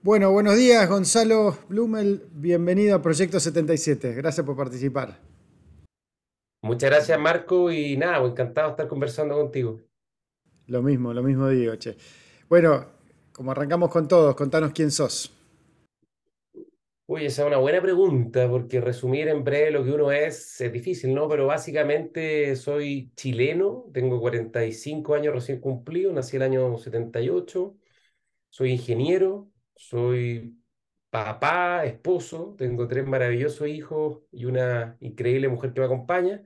Bueno, buenos días, Gonzalo Blumel. Bienvenido a Proyecto 77. Gracias por participar. Muchas gracias, Marco, y nada, pues, encantado de estar conversando contigo. Lo mismo digo, che. Bueno, como arrancamos con todos, contanos quién sos. Uy, esa es una buena pregunta, porque resumir en breve lo que uno es difícil, ¿no? Pero básicamente soy chileno, tengo 45 años recién cumplidos, nací el año 78, soy ingeniero, soy papá, esposo, tengo tres maravillosos hijos y una increíble mujer que me acompaña.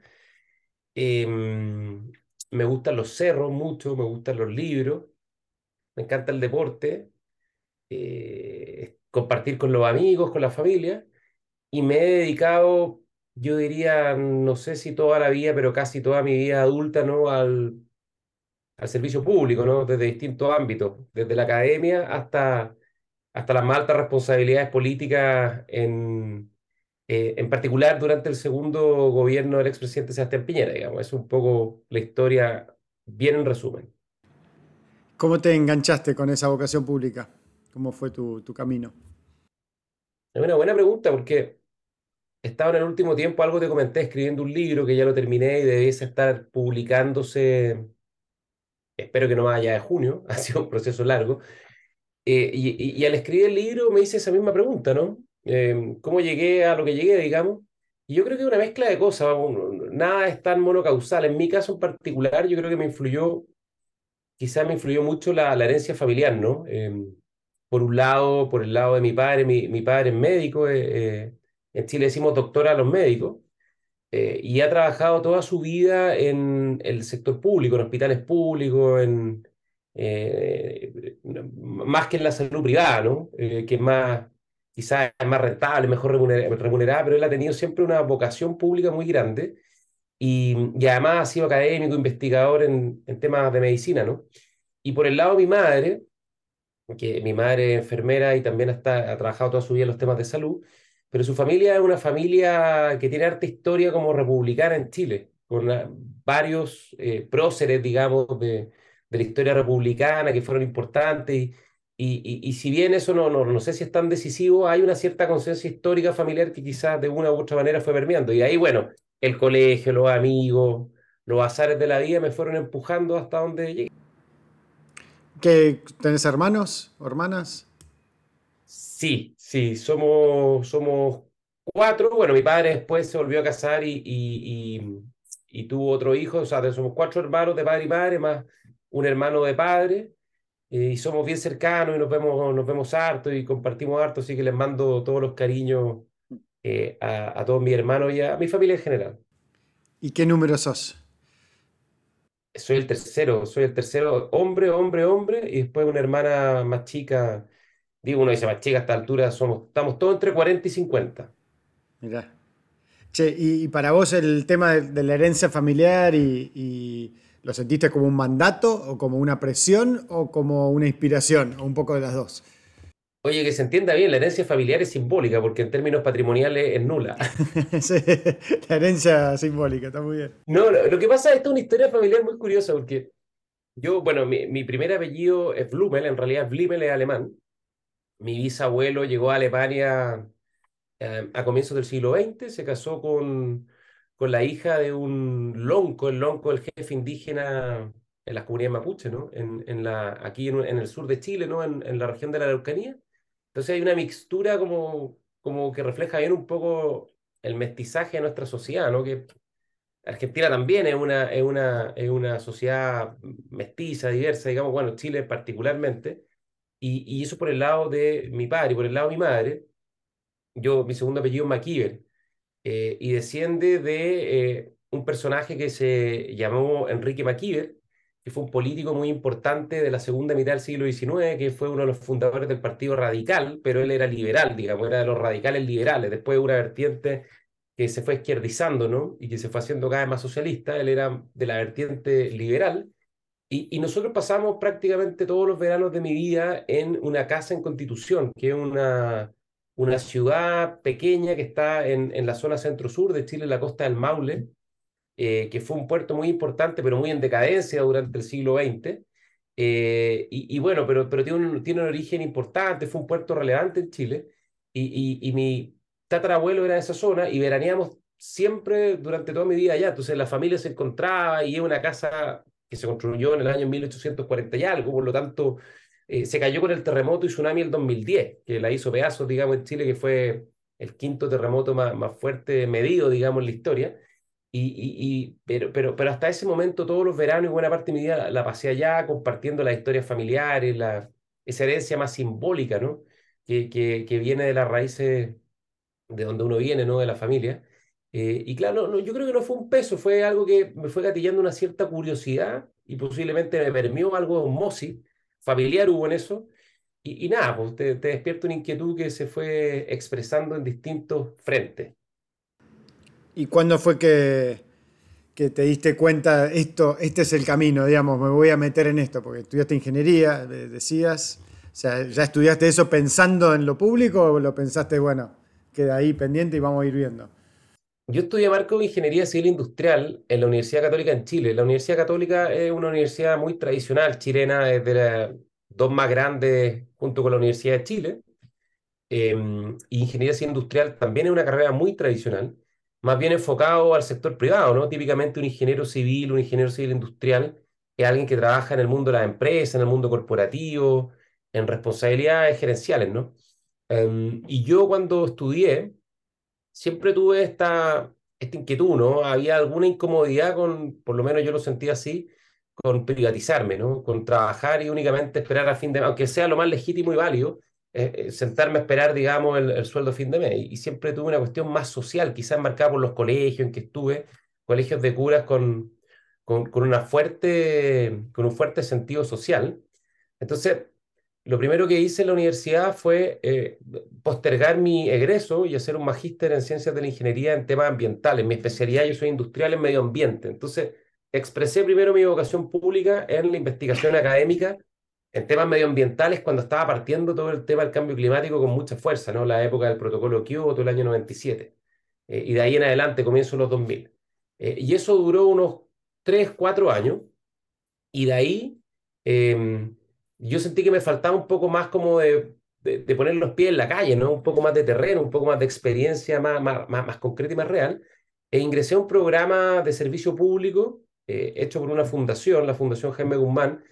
Em, Me gustan los cerros mucho, me gustan los libros, me encanta el deporte. Compartir con los amigos, con la familia, y me he dedicado, yo diría, no sé si toda la vida, pero casi toda mi vida adulta, ¿no? Al servicio público, ¿no? Desde distintos ámbitos, desde la academia hasta las más altas responsabilidades políticas en particular durante el segundo gobierno del expresidente Sebastián Piñera, digamos. Es un poco la historia, bien en resumen. ¿Cómo te enganchaste con esa vocación pública? ¿Cómo fue tu camino? Es una buena pregunta porque estaba en el último tiempo, algo te comenté, escribiendo un libro que ya lo terminé y debiese estar publicándose, espero que no más allá de junio, ha sido un proceso largo. Y al escribir el libro me hice esa misma pregunta, ¿no? ¿Cómo llegué a lo que llegué, digamos? Y yo creo que es una mezcla de cosas, vamos, nada es tan monocausal. En mi caso en particular, yo creo que quizás me influyó mucho la herencia familiar, ¿no? Por un lado, por el lado de mi padre, mi padre es médico, en Chile decimos doctor a los médicos, y ha trabajado toda su vida en el sector público, en hospitales públicos, más que en la salud privada, ¿no? Que es más, quizás es más rentable, mejor remunerada, pero él ha tenido siempre una vocación pública muy grande y además ha sido académico, investigador en temas de medicina, ¿no? Y por el lado de mi madre, que mi madre es enfermera y también ha trabajado toda su vida en los temas de salud, pero su familia es una familia que tiene harta historia como republicana en Chile, con varios próceres, digamos, de la historia republicana que fueron importantes. Y si bien eso no sé si es tan decisivo, hay una cierta conciencia histórica familiar que quizás de una u otra manera fue permeando. Y ahí, bueno, el colegio, los amigos, los azares de la vida me fueron empujando hasta donde llegué. ¿Qué, tenés hermanos o hermanas? Sí, sí, somos cuatro. Bueno, mi padre después se volvió a casar y tuvo otro hijo. O sea, somos cuatro hermanos de padre y madre, más un hermano de padre. Y somos bien cercanos y nos vemos harto y compartimos harto. Así que les mando todos los cariños a todos mis hermanos y a mi familia en general. ¿Y qué número sos? Soy el tercero, hombre, hombre, hombre, y después una hermana más chica. Digo, uno dice más chica a esta altura, estamos todos entre 40 y 50. Mirá. Che, y para vos el tema de la herencia familiar lo sentiste como un mandato o como una presión o como una inspiración o un poco de las dos. Oye, que se entienda bien, la herencia familiar es simbólica porque en términos patrimoniales es nula. Sí, la herencia simbólica, está muy bien. No, lo que pasa es que esta es una historia familiar muy curiosa porque yo, bueno, mi primer apellido es Blumel, en realidad Blumel es alemán. Mi bisabuelo llegó a Alemania a comienzos del siglo XX, se casó con la hija de un lonco, el lonco del jefe indígena en las comunidades mapuche, ¿no? Aquí en el sur de Chile, ¿no? En la región de la Araucanía. Entonces hay una mixtura como que refleja bien un poco el mestizaje de nuestra sociedad, ¿no? Que Argentina también es una sociedad mestiza, diversa, digamos, bueno, Chile particularmente, y eso por el lado de mi padre, y por el lado de mi madre, mi segundo apellido es MacIver, y desciende de un personaje que se llamó Enrique MacIver, que fue un político muy importante de la segunda mitad del siglo XIX, que fue uno de los fundadores del Partido Radical, pero él era liberal, digamos, era de los radicales liberales, después de una vertiente que se fue izquierdizando, ¿no? Y que se fue haciendo cada vez más socialista, él era de la vertiente liberal, y nosotros pasamos prácticamente todos los veranos de mi vida en una casa en Constitución, que es una ciudad pequeña que está en la zona centro-sur de Chile, en la costa del Maule, que fue un puerto muy importante, pero muy en decadencia durante el siglo XX. Y bueno, pero tiene un origen importante, fue un puerto relevante en Chile. Y mi tatarabuelo era de esa zona y veraneamos siempre durante toda mi vida allá. Entonces la familia se encontraba y es una casa que se construyó en el año 1840 y algo, por lo tanto se cayó con el terremoto y tsunami el 2010, que la hizo pedazos, digamos, en Chile, que fue el quinto terremoto más fuerte medido, digamos, en la historia. Pero hasta ese momento, todos los veranos y buena parte de mi vida la pasé allá, compartiendo las historias familiares, esa herencia más simbólica, ¿no? Que viene de las raíces de donde uno viene, ¿no? De la familia. Y claro, yo creo que no fue un peso, fue algo que me fue gatillando una cierta curiosidad y posiblemente me permeó algo de osmosis familiar hubo en eso. Y nada, pues te despierta una inquietud que se fue expresando en distintos frentes. ¿Y cuándo fue que te diste cuenta, este es el camino, digamos, me voy a meter en esto? Porque estudiaste ingeniería, decías, o sea, ¿ya estudiaste eso pensando en lo público o lo pensaste, bueno, queda ahí pendiente y vamos a ir viendo? Yo estudié marco de Ingeniería Civil Industrial en la Universidad Católica en Chile. La Universidad Católica es una universidad muy tradicional chilena, es de las dos más grandes junto con la Universidad de Chile. Ingeniería Civil Industrial también es una carrera muy tradicional, más bien enfocado al sector privado, ¿no? Típicamente un ingeniero civil industrial, es alguien que trabaja en el mundo de la empresa, en el mundo corporativo, en responsabilidades gerenciales, ¿no? Y yo cuando estudié, siempre tuve esta inquietud, ¿no? Había alguna incomodidad con, por lo menos yo lo sentía así, con privatizarme, ¿no? Con trabajar y únicamente esperar a fin de mes, aunque sea lo más legítimo y válido, sentarme a esperar, digamos, el sueldo a fin de mes. Y siempre tuve una cuestión más social, quizás marcada por los colegios en que estuve, colegios de curas con un fuerte sentido social. Entonces, lo primero que hice en la universidad fue postergar mi egreso y hacer un magíster en ciencias de la ingeniería en temas ambientales. Mi especialidad, yo soy industrial en medio ambiente. Entonces, expresé primero mi vocación pública en la investigación académica en temas medioambientales cuando estaba partiendo todo el tema del cambio climático con mucha fuerza, ¿no? La época del protocolo Kioto, el año 97. Y de ahí en adelante, comienzo los 2000. Y eso duró unos 3 4 años. Y de ahí yo sentí que me faltaba un poco más como de poner los pies en la calle, ¿no? Un poco más de terreno, un poco más de experiencia más concreta y más real. E ingresé a un programa de servicio público hecho por una fundación, la Fundación Jaime Guzmán,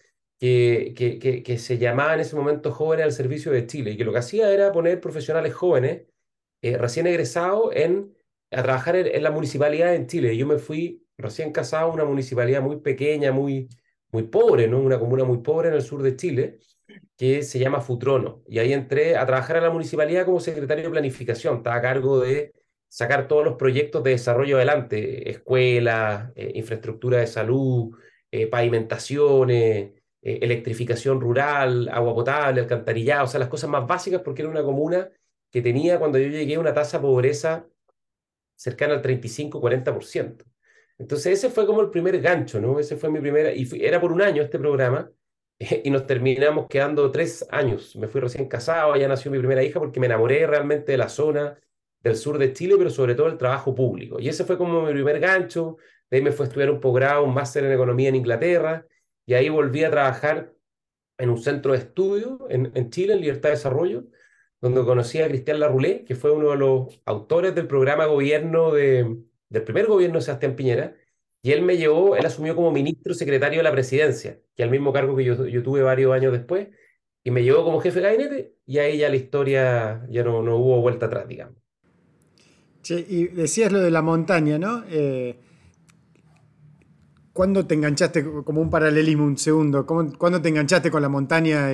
que se llamaba en ese momento Jóvenes al Servicio de Chile y que lo que hacía era poner profesionales jóvenes recién egresados a trabajar en la municipalidad en Chile. Yo me fui recién casado a una municipalidad muy pequeña, muy pobre, ¿no? Una comuna muy pobre en el sur de Chile, que se llama Futrono. Y ahí entré a trabajar a la municipalidad como secretario de planificación. Estaba a cargo de sacar todos los proyectos de desarrollo adelante, escuelas, infraestructura de salud, pavimentaciones, electrificación rural, agua potable, alcantarillado, o sea, las cosas más básicas porque era una comuna que tenía cuando yo llegué una tasa de pobreza cercana al 35-40%. Entonces ese fue como el primer gancho, ¿no? Ese fue mi primera, era por un año este programa, y nos terminamos quedando 3 años. Me fui recién casado, ya nació mi primera hija porque me enamoré realmente de la zona del sur de Chile, pero sobre todo el trabajo público. Y ese fue como mi primer gancho. De ahí me fui a estudiar un posgrado, un máster en economía en Inglaterra, y ahí volví a trabajar en un centro de estudio en Chile, en Libertad de Desarrollo, donde conocí a Cristian Larroulé, que fue uno de los autores del programa gobierno del primer gobierno de Sebastián Piñera, y él me llevó, él asumió como ministro secretario de la presidencia, que es el mismo cargo que yo tuve varios años después, y me llevó como jefe de gabinete, y ahí ya la historia ya no hubo vuelta atrás, digamos. Che, y decías lo de la montaña, ¿no? ¿Cuándo te enganchaste, como un paralelismo, un segundo, cuándo te enganchaste con la montaña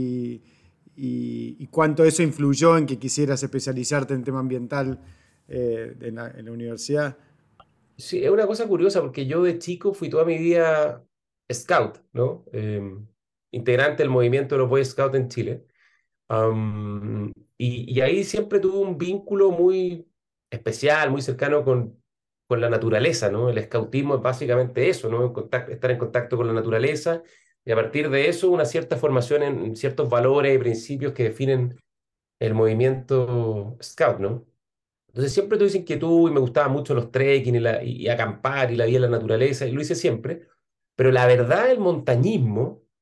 y cuánto eso influyó en que quisieras especializarte en tema ambiental en la universidad? Sí, es una cosa curiosa porque yo de chico fui toda mi vida scout, ¿no? Integrante del movimiento de los Boy Scouts en Chile. Y ahí siempre tuve un vínculo muy especial, muy cercano con la naturaleza, ¿no? El escautismo es básicamente eso, ¿no? Estar en contacto con la naturaleza y a partir de eso una cierta formación en ciertos valores y principios que definen el movimiento scout, ¿no? Entonces siempre tuve esa inquietud y me gustaban mucho los trekking y acampar y la vida en la naturaleza y lo hice siempre, pero la verdad el montañismo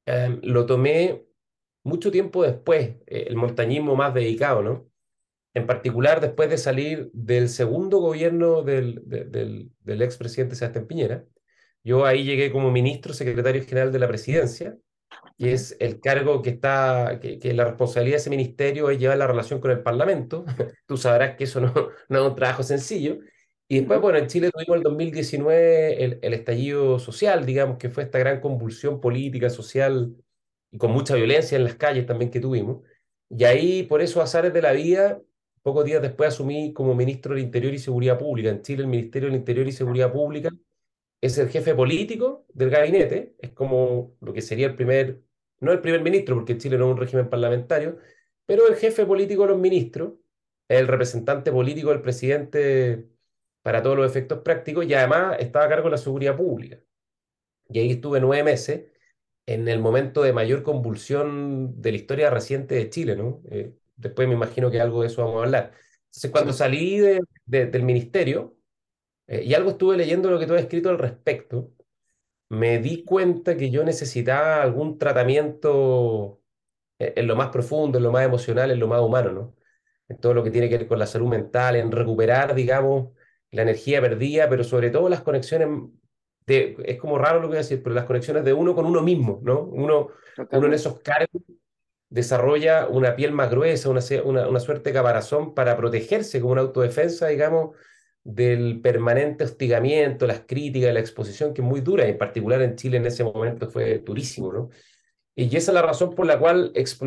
Lo tomé mucho tiempo después, el montañismo más dedicado, ¿no? En particular, después de salir del segundo gobierno del expresidente Sebastián Piñera, yo ahí llegué como ministro secretario general de la presidencia, que Ajá. es el cargo que la responsabilidad de ese ministerio es llevar la relación con el Parlamento. Tú sabrás que eso no es un trabajo sencillo. Y después, No, bueno, en Chile tuvimos el 2019 el estallido social, digamos, que fue esta gran convulsión política, social y con mucha violencia en las calles también que tuvimos. Y ahí, por esos azares de la vida, pocos días después asumí como ministro del Interior y Seguridad Pública. En Chile, el Ministerio del Interior y Seguridad Pública es el jefe político del gabinete, es como lo que sería no el primer ministro, porque Chile no es un régimen parlamentario, pero el jefe político de los ministros, el representante político del presidente para todos los efectos prácticos, y además estaba a cargo de la seguridad pública. Y ahí estuve 9 meses en el momento de mayor convulsión de la historia reciente de Chile, ¿no? Después me imagino que algo de eso vamos a hablar. Entonces, cuando sí. salí del ministerio, y algo estuve leyendo lo que tú has escrito al respecto, me di cuenta que yo necesitaba algún tratamiento en lo más profundo, en lo más emocional, en lo más humano, ¿no? En todo lo que tiene que ver con la salud mental, en recuperar, digamos, la energía perdida, pero sobre todo las conexiones es como raro lo que voy a decir, pero las conexiones de uno con uno mismo, ¿no? Uno en Totalmente. esos cargos desarrolla una piel más gruesa, una suerte de caparazón para protegerse como una autodefensa, digamos, del permanente hostigamiento, las críticas, la exposición, que es muy dura, y en particular en Chile en ese momento fue durísimo, ¿no? Y esa es la razón por la cual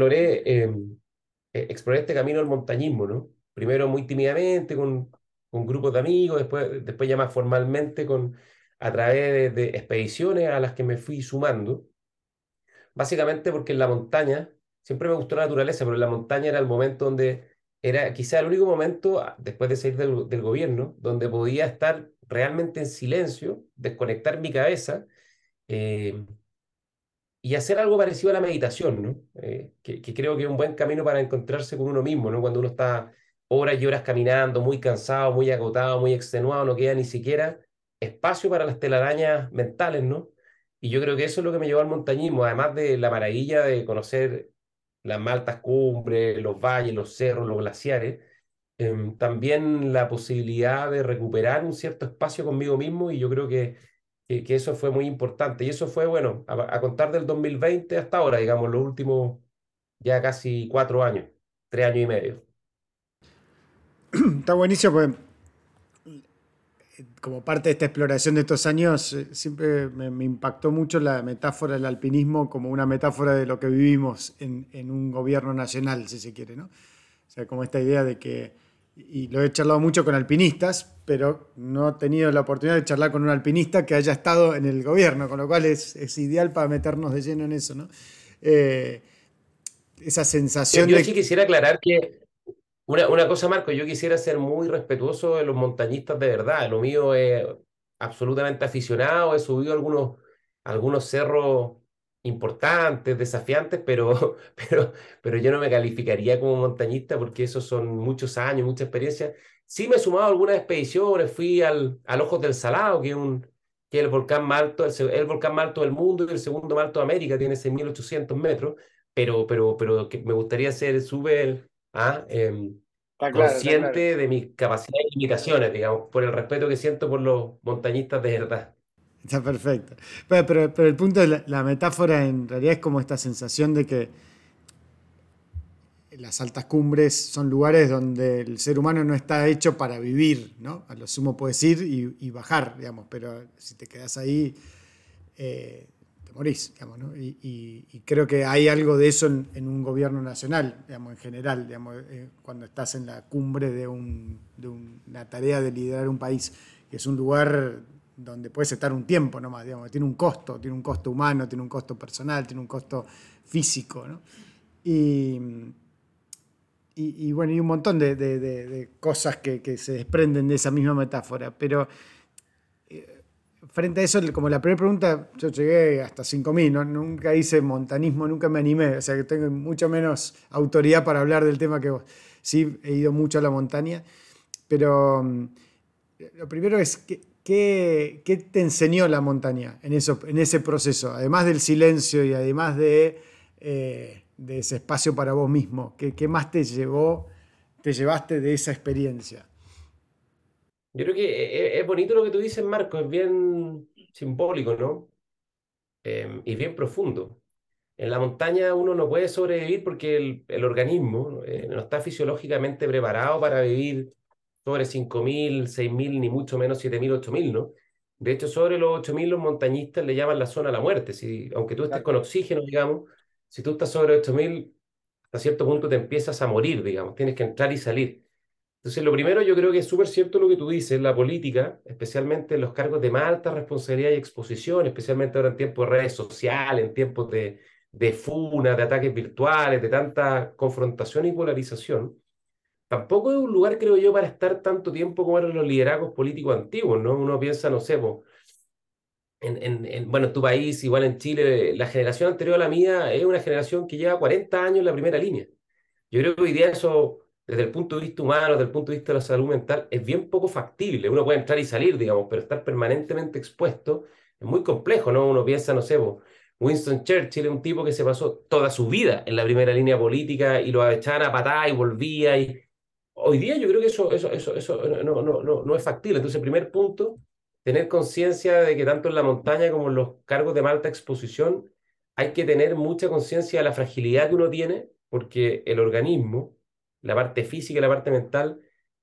exploré este camino del montañismo, ¿no? Primero muy tímidamente, con grupos de amigos, después ya más formalmente, a través de expediciones a las que me fui sumando. Básicamente porque en la montaña, siempre me gustó la naturaleza, pero en la montaña era el momento donde era quizá el único momento, después de salir del gobierno, donde podía estar realmente en silencio, desconectar mi cabeza eh, y hacer algo parecido a la meditación, ¿no? Que creo que es un buen camino para encontrarse con uno mismo, ¿no? Cuando uno está horas y horas caminando, muy cansado, muy agotado, muy extenuado, no queda ni siquiera espacio para las telarañas mentales, ¿no? Y yo creo que eso es lo que me llevó al montañismo, además de la maravilla de conocer las más altas cumbres, los valles, los cerros, los glaciares, también la posibilidad de recuperar un cierto espacio conmigo mismo, y yo creo que eso fue muy importante. Y eso fue, bueno, a contar del 2020 hasta ahora, digamos, los últimos ya casi 4 años, 3 años y medio. Está buenísimo porque como parte de esta exploración de estos años, siempre me impactó mucho la metáfora del alpinismo como una metáfora de lo que vivimos en un gobierno nacional, si se quiere, ¿no? O sea, como esta idea de que, y lo he charlado mucho con alpinistas, pero no he tenido la oportunidad de charlar con un alpinista que haya estado en el gobierno, con lo cual es ideal para meternos de lleno en eso, ¿no? Eh, esa Yo, sensación yo de sí que, quisiera aclarar que una cosa, Marco, yo quisiera ser muy respetuoso de los montañistas de verdad. Lo mío es absolutamente aficionado, he subido algunos cerros importantes, desafiantes, pero yo no me calificaría como montañista porque esos son muchos años, mucha experiencia. Sí me he sumado a algunas expediciones, fui al Ojos del Salado, que es el volcán más alto, el volcán más alto del mundo y el segundo más alto de América, tiene 6.800 metros, pero que me gustaría ser súper está claro, está claro. consciente de mis capacidades y limitaciones, digamos, por el respeto que siento por los montañistas de verdad. Está perfecto. Pero el punto de la metáfora en realidad es como esta sensación de que las altas cumbres son lugares donde el ser humano no está hecho para vivir, ¿no? A lo sumo puedes ir y bajar, digamos, pero si te quedas ahí, te morís, digamos, ¿no? Y creo que hay algo de eso en un gobierno nacional, digamos, en general, digamos, cuando estás en la cumbre de una tarea de liderar un país, que es un lugar donde puedes estar un tiempo nomás, digamos, tiene un costo humano, tiene un costo personal, tiene un costo físico, ¿no? Y, y bueno, y un montón de cosas que se desprenden de esa misma metáfora. Pero frente a eso, como la primera pregunta, yo llegué hasta 5.000, ¿no? Nunca hice montanismo, nunca me animé, o sea que tengo mucho menos autoridad para hablar del tema que vos. Sí, he ido mucho a la montaña, pero lo primero es, ¿qué te enseñó la montaña en ese proceso? Además del silencio y además de ese espacio para vos mismo, ¿qué más te llevaste de esa experiencia? Yo creo que es bonito lo que tú dices, Marco, es bien simbólico, ¿no? Y bien profundo. En la montaña uno no puede sobrevivir porque el organismo no está fisiológicamente preparado para vivir sobre 5.000, 6.000, ni mucho menos 7.000, 8.000, ¿no? De hecho, sobre los 8.000 los montañistas le llaman la zona de la muerte. Si, aunque tú estés Claro. con oxígeno, digamos, si tú estás sobre 8.000, hasta cierto punto te empiezas a morir, digamos, tienes que entrar y salir. Entonces, lo primero yo creo que es súper cierto lo que tú dices, la política, especialmente en los cargos de más alta responsabilidad y exposición, especialmente ahora en tiempos de redes sociales, en tiempos de funas, de ataques virtuales, de tanta confrontación y polarización, tampoco es un lugar, creo yo, para estar tanto tiempo como eran los liderazgos políticos antiguos, ¿no? Uno piensa, no sé, po, bueno, en tu país, igual en Chile, la generación anterior a la mía es una generación que lleva 40 años en la primera línea. Yo creo que hoy día eso, desde el punto de vista humano, desde el punto de vista de la salud mental, es bien poco factible. Uno puede entrar y salir, digamos, pero estar permanentemente expuesto es muy complejo, ¿no? Uno piensa, no sé, po, Winston Churchill es un tipo que se pasó toda su vida en la primera línea política y lo echaban a patada y volvía. Y hoy día yo creo que eso no es factible. Entonces, primer punto, tener conciencia de que tanto en la montaña como en los cargos de más alta exposición hay que tener mucha conciencia de la fragilidad que uno tiene, porque el organismo, la parte física y la parte mental,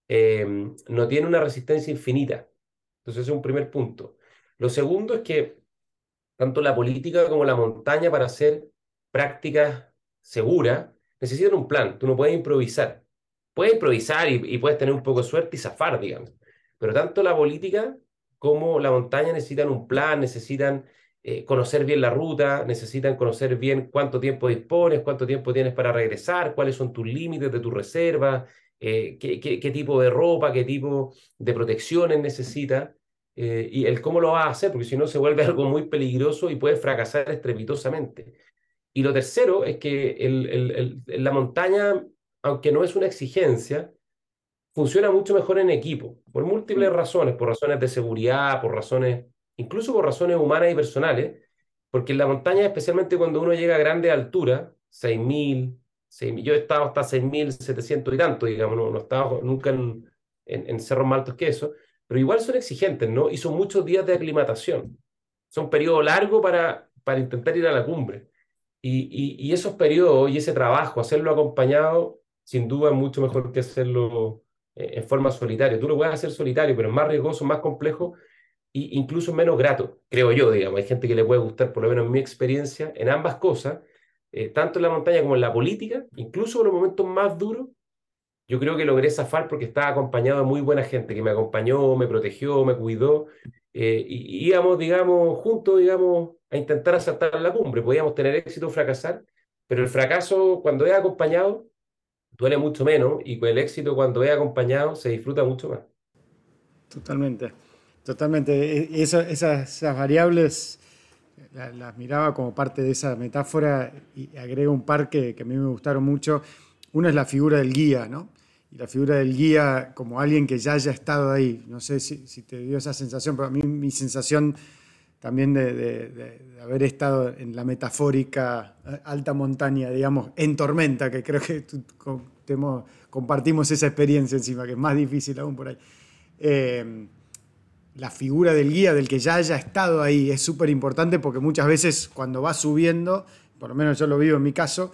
no tiene una resistencia infinita. Entonces, ese es un primer punto. Lo segundo es que tanto la política como la montaña para hacer prácticas seguras necesitan un plan. Tú no puedes improvisar. Puedes improvisar y puedes tener un poco de suerte y zafar, digamos. Pero tanto la política como la montaña necesitan un plan, necesitan conocer bien la ruta, necesitan conocer bien cuánto tiempo dispones, cuánto tiempo tienes para regresar, cuáles son tus límites de tu reserva, qué tipo de ropa, qué tipo de protecciones necesitas y el cómo lo vas a hacer, porque si no se vuelve algo muy peligroso y puede fracasar estrepitosamente. Y lo tercero es que la montaña, aunque no es una exigencia, funciona mucho mejor en equipo, por múltiples razones, por razones de seguridad, por razones, incluso por razones humanas y personales, porque en la montaña, especialmente cuando uno llega a grande altura, 6.000, yo he estado hasta 6.700 y tanto, digamos, no he estado nunca en cerros más altos que eso, pero igual son exigentes, ¿no? Y son muchos días de aclimatación. Son periodos largos para intentar ir a la cumbre. Y esos periodos y ese trabajo, hacerlo acompañado, sin duda es mucho mejor que hacerlo en forma solitaria. Tú lo puedes hacer solitario, pero es más riesgoso, más complejo e incluso menos grato, creo yo, digamos. Hay gente que le puede gustar, por lo menos en mi experiencia, en ambas cosas, tanto en la montaña como en la política, incluso en los momentos más duros, yo creo que logré zafar porque estaba acompañado de muy buena gente que me acompañó, me protegió, me cuidó. Y íbamos, digamos, juntos, digamos, a intentar asaltar la cumbre. Podíamos tener éxito o fracasar, pero el fracaso, cuando es acompañado, duele mucho menos y con el éxito, cuando es acompañado, se disfruta mucho más. Totalmente, totalmente. Esas variables las miraba como parte de esa metáfora y agrego un par que a mí me gustaron mucho. Una es la figura del guía, ¿no? Y la figura del guía como alguien que ya haya estado ahí. No sé si te dio esa sensación, pero a mí mi sensación también de haber estado en la metafórica alta montaña, digamos, en tormenta, que creo que compartimos esa experiencia encima, que es más difícil aún por ahí. Eh, la figura del guía, del que ya haya estado ahí, es súper importante porque muchas veces cuando va subiendo, por lo menos yo lo vivo en mi caso,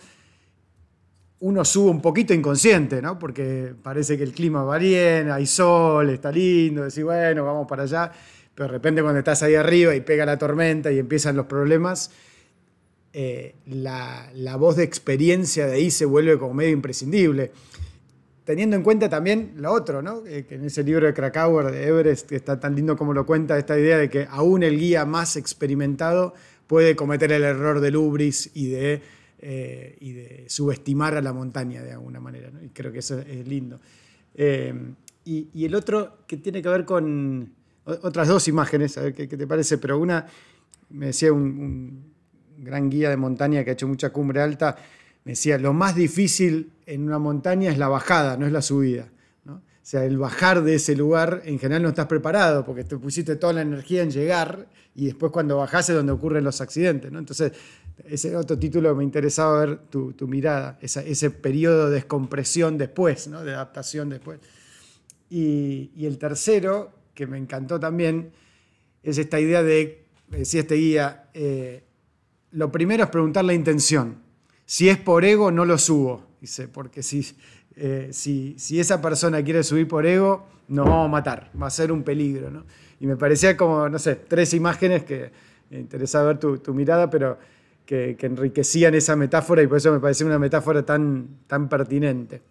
uno sube un poquito inconsciente, ¿no? Porque parece que el clima va bien, hay sol, está lindo, decís, bueno, vamos para allá, pero de repente cuando estás ahí arriba y pega la tormenta y empiezan los problemas, la voz de experiencia de ahí se vuelve como medio imprescindible. Teniendo en cuenta también lo otro, ¿no? Que en ese libro de Krakauer, de Everest, que está tan lindo como lo cuenta, esta idea de que aún el guía más experimentado puede cometer el error del hubris y de subestimar a la montaña de alguna manera, ¿no? Y creo que eso es lindo. Y el otro que tiene que ver con otras dos imágenes, a ver qué te parece, pero una, me decía un gran guía de montaña que ha hecho mucha cumbre alta, me decía, lo más difícil en una montaña es la bajada, no es la subida, ¿no? sea, el bajar de ese lugar, en general no estás preparado porque te pusiste toda la energía en llegar y después cuando bajás es donde ocurren los accidentes, ¿no? Entonces, ese otro título me interesaba ver tu mirada, ese periodo de descompresión después, ¿no? De adaptación después. Y el tercero, que me encantó también, es esta idea de, decía este guía, lo primero es preguntar la intención. Si es por ego, no lo subo. Dice, porque si esa persona quiere subir por ego, nos vamos a matar, va a ser un peligro, ¿no? Y me parecía como, no sé, tres imágenes que me interesaba ver tu mirada, pero que enriquecían esa metáfora y por eso me parecía una metáfora tan pertinente.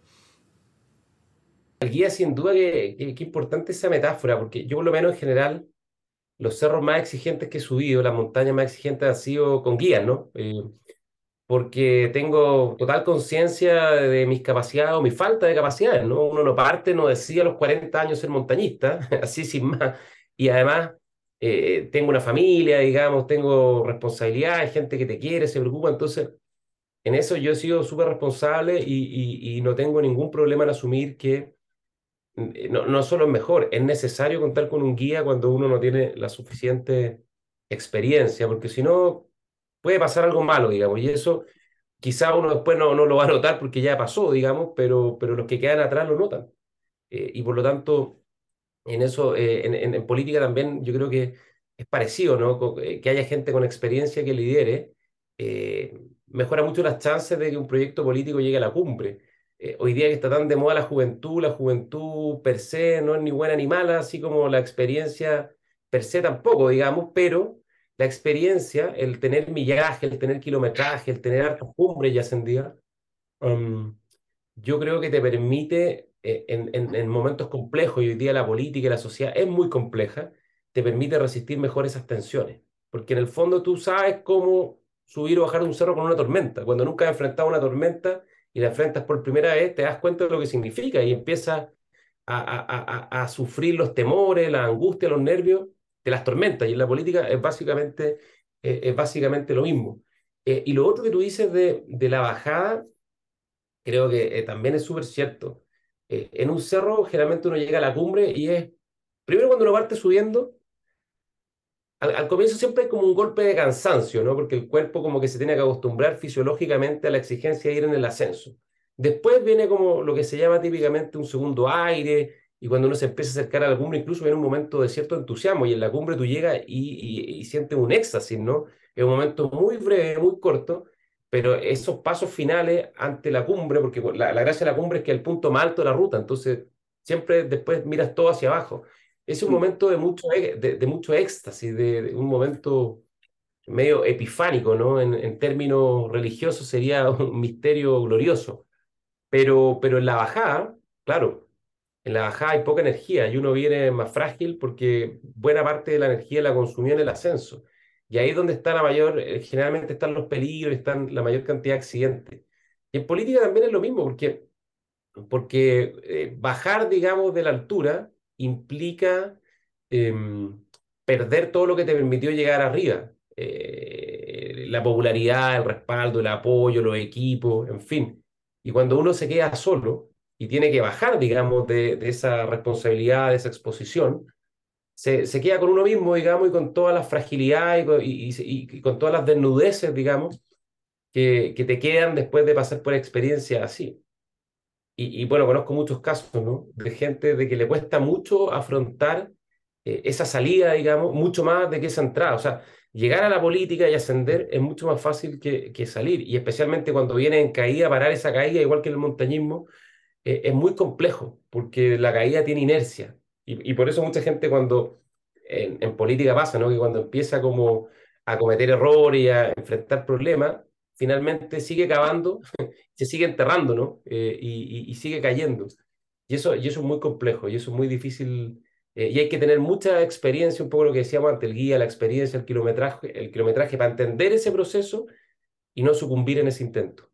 El guía, sin duda, que importante esa metáfora, porque yo por lo menos en general, los cerros más exigentes que he subido, las montañas más exigentes han sido con guías, ¿no? Porque tengo total conciencia de mis capacidades o mi falta de capacidades, ¿no? Uno no parte, no decide a los 40 años ser montañista, así sin más. Y además tengo una familia, digamos, tengo responsabilidades, gente que te quiere, se preocupa, entonces en eso yo he sido súper responsable y no tengo ningún problema en asumir que no solo es mejor, es necesario contar con un guía cuando uno no tiene la suficiente experiencia, porque si no puede pasar algo malo, digamos, y eso quizá uno después no lo va a notar porque ya pasó, digamos, pero los que quedan atrás lo notan. Y por lo tanto, en eso, en política también yo creo que es parecido, ¿no? Que haya gente con experiencia que lidere, mejora mucho las chances de que un proyecto político llegue a la cumbre. Hoy día que está tan de moda la juventud per se no es ni buena ni mala, así como la experiencia per se tampoco, digamos, pero la experiencia, el tener millaje, el tener kilometraje, el tener hartas cumbres ya ascendidas, um, yo creo que te permite, en momentos complejos, y hoy día la política y la sociedad es muy compleja, te permite resistir mejor esas tensiones. Porque en el fondo tú sabes cómo subir o bajar un cerro con una tormenta. Cuando nunca has enfrentado una tormenta y la enfrentas por primera vez, te das cuenta de lo que significa y empiezas a sufrir los temores, la angustia, los nervios de las tormentas. Y en la política es básicamente lo mismo. Y lo otro que tú dices de la bajada creo que también es súper cierto. En un cerro generalmente uno llega a la cumbre y es, primero cuando uno parte subiendo, al comienzo siempre hay como un golpe de cansancio, ¿no? Porque el cuerpo como que se tiene que acostumbrar fisiológicamente a la exigencia de ir en el ascenso. Después viene como lo que se llama típicamente un segundo aire, y cuando uno se empieza a acercar a la cumbre, incluso viene un momento de cierto entusiasmo, y en la cumbre tú llegas y sientes un éxtasis, ¿no? Es un momento muy breve, muy corto, pero esos pasos finales ante la cumbre, porque la gracia de la cumbre es que es el punto más alto de la ruta, entonces siempre después miras todo hacia abajo es un momento de mucho éxtasis, de un momento medio epifánico, ¿no? En términos religiosos sería un misterio glorioso. Pero en la bajada, claro, en la bajada hay poca energía y uno viene más frágil porque buena parte de la energía la consumió en el ascenso. Y ahí es donde está la mayor, generalmente están los peligros, están la mayor cantidad de accidentes. Y en política también es lo mismo, porque bajar, digamos, de la altura implica perder todo lo que te permitió llegar arriba. La popularidad, el respaldo, el apoyo, los equipos, en fin. Y cuando uno se queda solo y tiene que bajar, digamos, de esa responsabilidad, de esa exposición, se queda con uno mismo, digamos, y con todas las fragilidades y con todas las desnudeces, digamos, que te quedan después de pasar por experiencias así. Bueno, conozco muchos casos, ¿no? De gente de que le cuesta mucho afrontar esa salida, digamos, mucho más de que esa entrada. O sea, llegar a la política y ascender es mucho más fácil que salir. Y especialmente cuando viene en caída, parar esa caída, igual que en el montañismo, es muy complejo, porque la caída tiene inercia. Y por eso mucha gente cuando en política pasa, ¿no? Que cuando empieza como a cometer errores y a enfrentar problemas, finalmente sigue cavando, se sigue enterrando, ¿no? Y sigue cayendo. Y eso es muy complejo, y eso es muy difícil, y hay que tener mucha experiencia, un poco lo que decíamos antes, el guía, la experiencia, el kilometraje para entender ese proceso y no sucumbir en ese intento.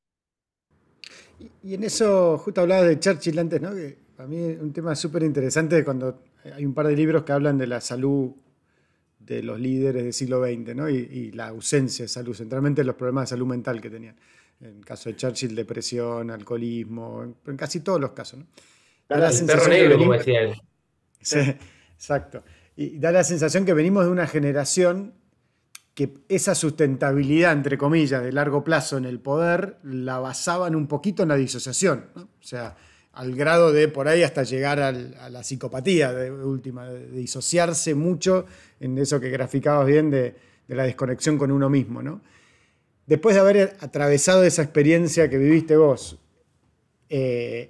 Y en eso, justo hablabas de Churchill antes, ¿no? Que para mí es un tema súper interesante cuando hay un par de libros que hablan de la salud de los líderes del siglo XX, ¿no? Y la ausencia de salud, centralmente los problemas de salud mental que tenían. En el caso de Churchill, depresión, alcoholismo, en casi todos los casos, ¿no? Da la El perro sensación que negro, como venimos. decía él. Sí, exacto. Y da la sensación que venimos de una generación que esa sustentabilidad, entre comillas, de largo plazo en el poder, la basaban un poquito en la disociación, ¿no? O sea, al grado de por ahí hasta llegar a la psicopatía de última, de disociarse mucho en eso que graficabas bien de la desconexión con uno mismo, ¿no? Después de haber atravesado esa experiencia que viviste vos, eh,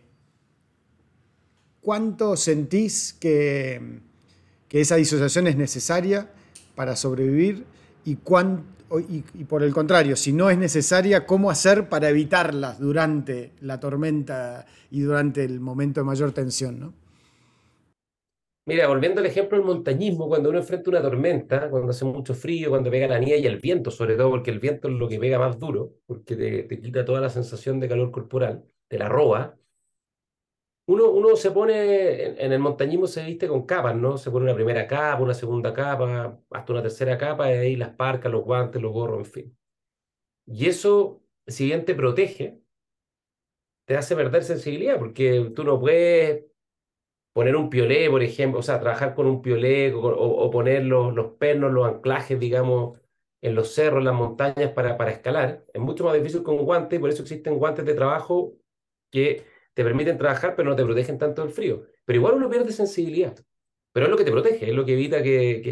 ¿cuánto sentís que esa disociación es necesaria para sobrevivir y por el contrario, si no es necesaria, cómo hacer para evitarlas durante la tormenta y durante el momento de mayor tensión, ¿no? Mira, volviendo al ejemplo del montañismo, cuando uno enfrenta una tormenta, cuando hace mucho frío, cuando pega la nieve y el viento, sobre todo porque el viento es lo que pega más duro, porque te quita toda la sensación de calor corporal, te la roba. Uno se pone, en el montañismo se viste con capas, ¿no? Se pone una primera capa, una segunda capa, hasta una tercera capa, y ahí las parcas, los guantes, los gorros, en fin. Y eso, si bien te protege, te hace perder sensibilidad, porque tú no puedes poner un piolé, por ejemplo, o sea, trabajar con un piolé o poner los pernos, los anclajes, digamos, en los cerros, en las montañas para escalar. Es mucho más difícil con guantes y por eso existen guantes de trabajo que te permiten trabajar, pero no te protegen tanto del frío. Pero igual uno pierde sensibilidad. Pero es lo que te protege, es lo que evita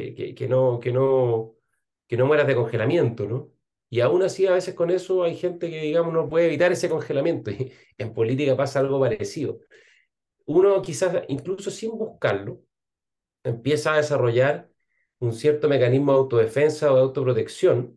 que no mueras de congelamiento, ¿no? Y aún así, a veces con eso hay gente que, digamos, no puede evitar ese congelamiento. Y en política pasa algo parecido. Uno quizás, incluso sin buscarlo, empieza a desarrollar un cierto mecanismo de autodefensa o de autoprotección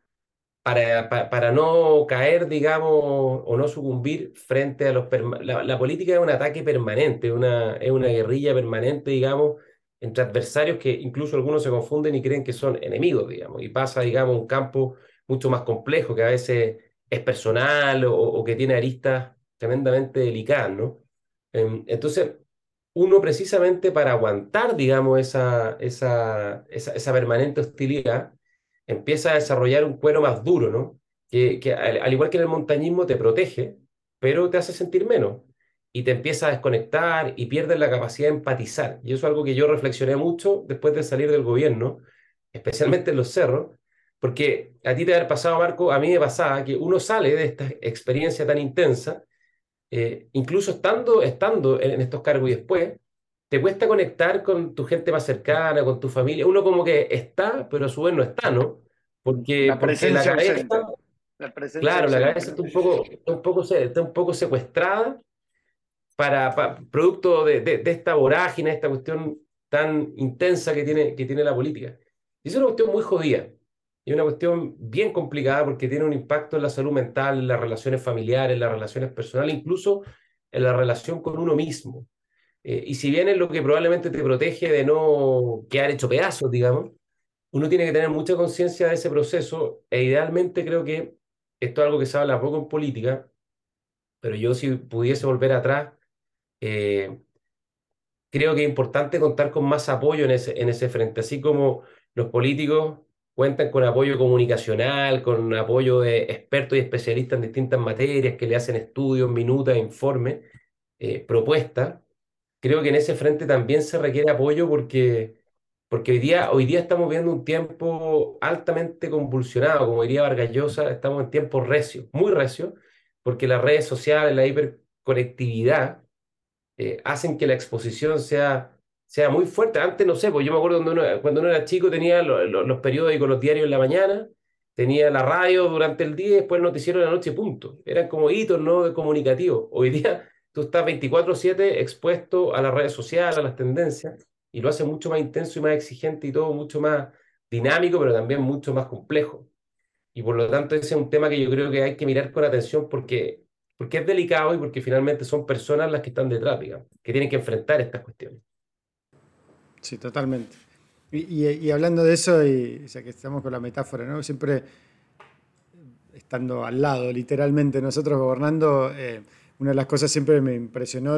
para no caer, digamos, o no sucumbir frente a la política es un ataque permanente, es una guerrilla permanente, digamos, entre adversarios que incluso algunos se confunden y creen que son enemigos, digamos, y pasa, digamos, a un campo mucho más complejo que a veces es personal o que tiene aristas tremendamente delicadas, ¿no? Entonces, uno precisamente para aguantar, digamos, esa permanente hostilidad, empieza a desarrollar un cuero más duro, ¿no? Que al igual que en el montañismo te protege, pero te hace sentir menos y te empieza a desconectar y pierdes la capacidad de empatizar. Y eso es algo que yo reflexioné mucho después de salir del gobierno, especialmente en los cerros, porque a ti te haber pasado, Marco, a mí me pasaba que uno sale de esta experiencia tan intensa, incluso estando en estos cargos y después, te cuesta conectar con tu gente más cercana, con tu familia. Uno como que está, pero a su vez no está, ¿no? La Porque la presencia cabeza, ausente. La presencia claro, la ausente, cabeza ¿no? está un poco secuestrada producto de esta vorágine, esta cuestión tan intensa que tiene la política. Y es una cuestión muy jodida. Y una cuestión bien complicada porque tiene un impacto en la salud mental, en las relaciones familiares, en las relaciones personales, incluso en la relación con uno mismo. Y si bien es lo que probablemente te protege de no quedar hecho pedazos, digamos, uno tiene que tener mucha conciencia de ese proceso e idealmente creo que esto es algo que se habla poco en política, pero yo si pudiese volver atrás, eh, creo que es importante contar con más apoyo en ese frente, así como los políticos cuentan con apoyo comunicacional, con apoyo de expertos y especialistas en distintas materias que le hacen estudios, minutas, informes, propuestas. Creo que en ese frente también se requiere apoyo porque hoy día estamos viendo un tiempo altamente convulsionado, como diría Vargas Llosa, estamos en tiempos recios, muy recios, porque las redes sociales, la hiperconectividad, hacen que la exposición sea muy fuerte. Antes, no sé, pues yo me acuerdo cuando uno era chico tenía los periódicos, los diarios en la mañana, tenía la radio durante el día y después el noticiero en la noche, punto. Eran como hitos, ¿no? De comunicativos. Hoy día tú estás 24/7 expuesto a las redes sociales, a las tendencias, y lo hace mucho más intenso y más exigente y todo mucho más dinámico, pero también mucho más complejo. Y por lo tanto ese es un tema que yo creo que hay que mirar con atención porque es delicado y porque finalmente son personas las que están detrás, digamos, que tienen que enfrentar estas cuestiones. Sí, totalmente. Y hablando de eso, y ya que estamos con la metáfora, ¿no? Siempre estando al lado, literalmente, nosotros gobernando, una de las cosas siempre me impresionó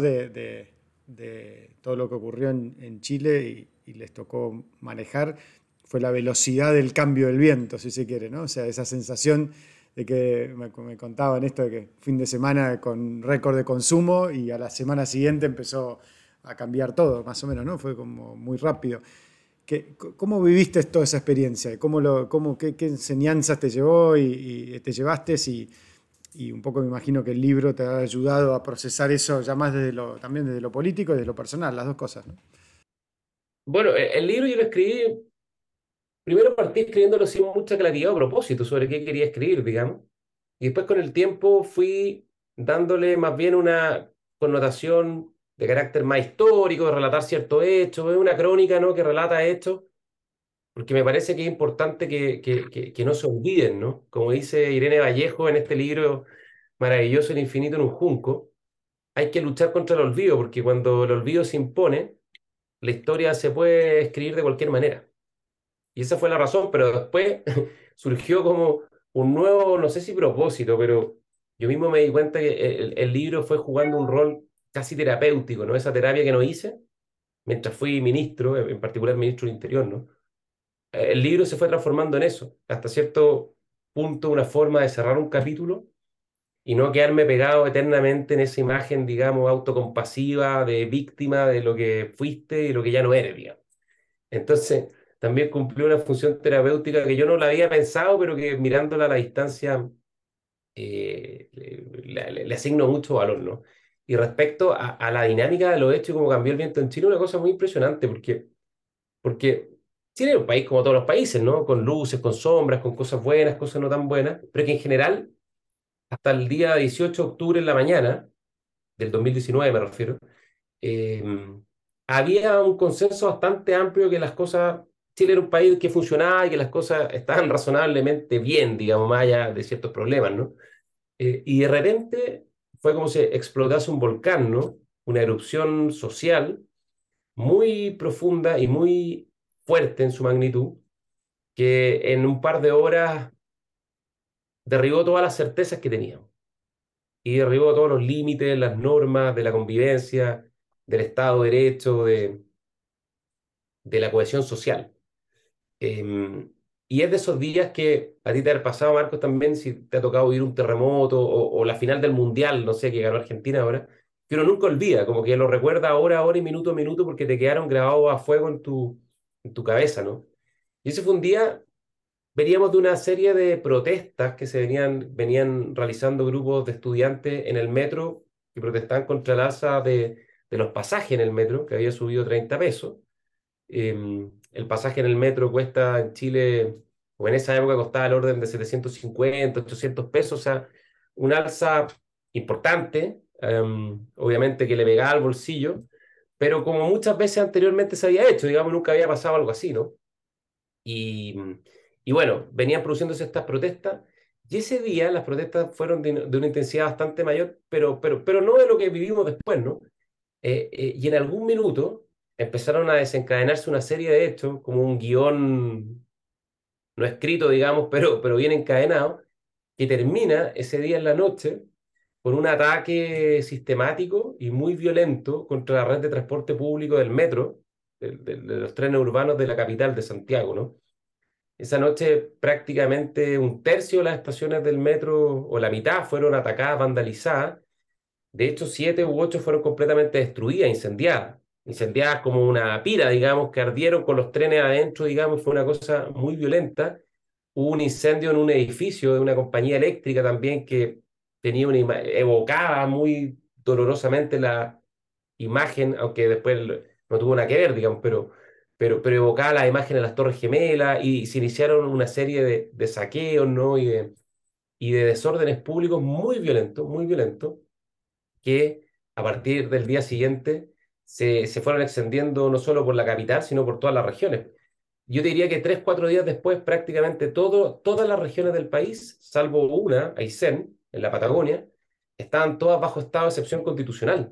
de todo lo que ocurrió en Chile y les tocó manejar fue la velocidad del cambio del viento, si se quiere, ¿no? O sea, esa sensación de que me contaban esto de que fin de semana con récord de consumo y a la semana siguiente empezó a cambiar todo, más o menos, ¿no? Fue como muy rápido. ¿Cómo viviste toda esa experiencia? ¿Qué enseñanzas te llevó y te llevaste? Y un poco me imagino que el libro te ha ayudado a procesar eso ya más también desde lo político y desde lo personal, las dos cosas, ¿no? Bueno, el libro yo lo escribí, primero partí escribiéndolo sin mucha claridad o propósito sobre qué quería escribir, digamos. Y después con el tiempo fui dándole más bien una connotación de carácter más histórico, de relatar ciertos hechos, es una crónica, ¿no? Que relata hechos, porque me parece que es importante que no se olviden, ¿no? Como dice Irene Vallejo en este libro maravilloso, El infinito en un junco, hay que luchar contra el olvido, porque cuando el olvido se impone, la historia se puede escribir de cualquier manera. Y esa fue la razón, pero después surgió como un nuevo, no sé si propósito, pero yo mismo me di cuenta que el libro fue jugando un rol casi terapéutico, ¿no? Esa terapia que no hice mientras fui ministro, en particular ministro del Interior, ¿no? El libro se fue transformando en eso, hasta cierto punto una forma de cerrar un capítulo y no quedarme pegado eternamente en esa imagen, digamos, autocompasiva de víctima de lo que fuiste y lo que ya no eres, digamos. Entonces, también cumplió una función terapéutica que yo no la había pensado, pero que mirándola a la distancia le asigno mucho valor, ¿no? Y respecto a la dinámica de los hechos y cómo cambió el viento en Chile, una cosa muy impresionante, porque Chile es un país como todos los países, ¿no? Con luces, con sombras, con cosas buenas, cosas no tan buenas, pero que en general, hasta el día 18 de octubre en la mañana, del 2019 me refiero, eh, había un consenso bastante amplio que las cosas, Chile era un país que funcionaba y que las cosas estaban razonablemente bien, digamos, más allá de ciertos problemas, ¿no? Y de repente fue como si explotase un volcán, ¿no? Una erupción social muy profunda y muy fuerte en su magnitud, que en un par de horas derribó todas las certezas que teníamos y derribó todos los límites, las normas de la convivencia, del Estado de Derecho, de la cohesión social. Eh, y es de esos días que a ti te ha pasado, Marcos, también, si te ha tocado vivir un terremoto o la final del Mundial, no sé, que ganó Argentina ahora, que uno nunca olvida, como que lo recuerda hora a hora y minuto a minuto porque te quedaron grabados a fuego en tu cabeza, ¿no? Y ese fue un día, veníamos de una serie de protestas que venían realizando grupos de estudiantes en el metro que protestaban contra el alza de los pasajes en el metro, que había subido 30 pesos. El pasaje en el metro cuesta en Chile, o en esa época costaba al orden de 750, 800 pesos, o sea, un alza importante, obviamente que le pegaba al bolsillo, pero como muchas veces anteriormente se había hecho, digamos, nunca había pasado algo así, ¿no? Y, y bueno, venían produciéndose estas protestas, y ese día las protestas fueron de una intensidad bastante mayor, pero no de lo que vivimos después, ¿no? Y en algún minuto empezaron a desencadenarse una serie de hechos, como un guión no escrito, digamos, pero bien encadenado, que termina ese día en la noche con un ataque sistemático y muy violento contra la red de transporte público del metro, de los trenes urbanos de la capital de Santiago, ¿no? Esa noche prácticamente un tercio de las estaciones del metro, o la mitad, fueron atacadas, vandalizadas. De hecho, 7 u 8 fueron completamente destruidas, incendiadas. Incendiadas como una pira, digamos, que ardieron con los trenes adentro, digamos, fue una cosa muy violenta. Hubo un incendio en un edificio de una compañía eléctrica también que tenía evocaba muy dolorosamente la imagen, aunque después no tuvo nada que ver, digamos, pero evocaba la imagen de las Torres Gemelas y se iniciaron una serie de saqueos, ¿no? Y de desórdenes públicos muy violentos que a partir del día siguiente se fueron extendiendo no solo por la capital, sino por todas las regiones. Yo te diría que 3, 4 días después, prácticamente todas las regiones del país, salvo una, Aysén, en la Patagonia, estaban todas bajo estado de excepción constitucional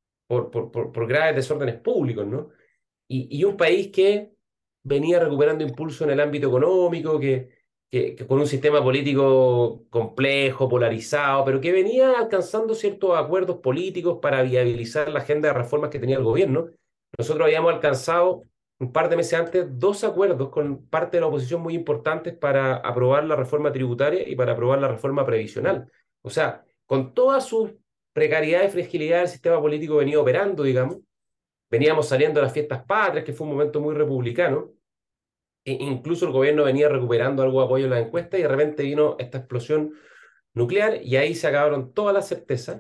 por graves desórdenes públicos, ¿no? Y un país que venía recuperando impulso en el ámbito económico, que con un sistema político complejo, polarizado, pero que venía alcanzando ciertos acuerdos políticos para viabilizar la agenda de reformas que tenía el gobierno. Nosotros habíamos alcanzado un par de meses antes, dos acuerdos con parte de la oposición muy importantes para aprobar la reforma tributaria y para aprobar la reforma previsional. O sea, con todas sus precariedades y fragilidades, el sistema político venía operando, digamos. Veníamos saliendo de las fiestas patrias, que fue un momento muy republicano. Incluso el gobierno venía recuperando algo de apoyo en las encuestas y de repente vino esta explosión nuclear y ahí se acabaron todas las certezas.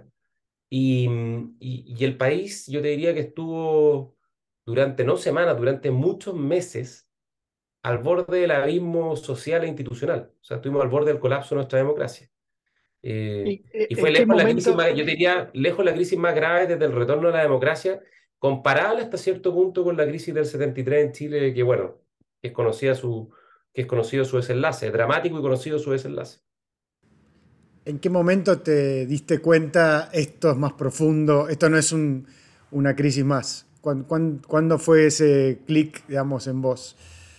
Y el país, yo te diría que estuvo durante no semanas, durante muchos meses al borde del abismo social e institucional. O sea, estuvimos al borde del colapso de nuestra democracia. Y fue ¿En qué lejos la crisis momento? más, yo diría, lejos la crisis más grave desde el retorno a la democracia, comparable hasta cierto punto con la crisis del 73 en Chile, que bueno, que es conocida su, que es conocido su desenlace, dramático y conocido su desenlace. ¿En qué momento te diste cuenta esto es más profundo, esto no es una crisis más? ¿Cuándo fue ese clic, digamos, en vos?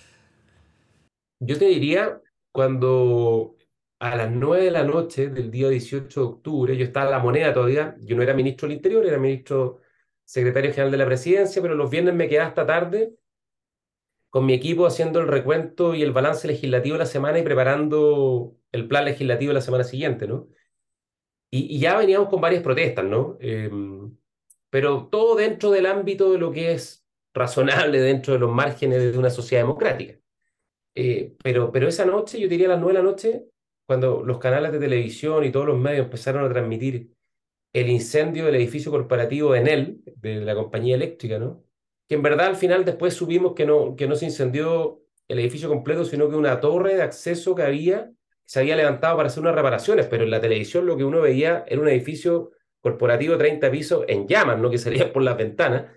Yo te diría, cuando a las 9 de la noche del día 18 de octubre, yo estaba en La Moneda todavía, yo no era ministro del Interior, era ministro secretario general de la Presidencia, pero los viernes me quedaba hasta tarde con mi equipo haciendo el recuento y el balance legislativo de la semana y preparando el plan legislativo de la semana siguiente, ¿no? Y ya veníamos con varias protestas, ¿no? Pero todo dentro del ámbito de lo que es razonable dentro de los márgenes de una sociedad democrática. Pero esa noche, yo diría a las 9 de la noche, cuando los canales de televisión y todos los medios empezaron a transmitir el incendio del edificio corporativo de Enel, de la compañía eléctrica, ¿no? Que en verdad al final después supimos que no se incendió el edificio completo, sino que una torre de acceso que había, se había levantado para hacer unas reparaciones, pero en la televisión lo que uno veía era un edificio corporativo de 30 pisos en llamas, ¿no? Que salía por las ventanas.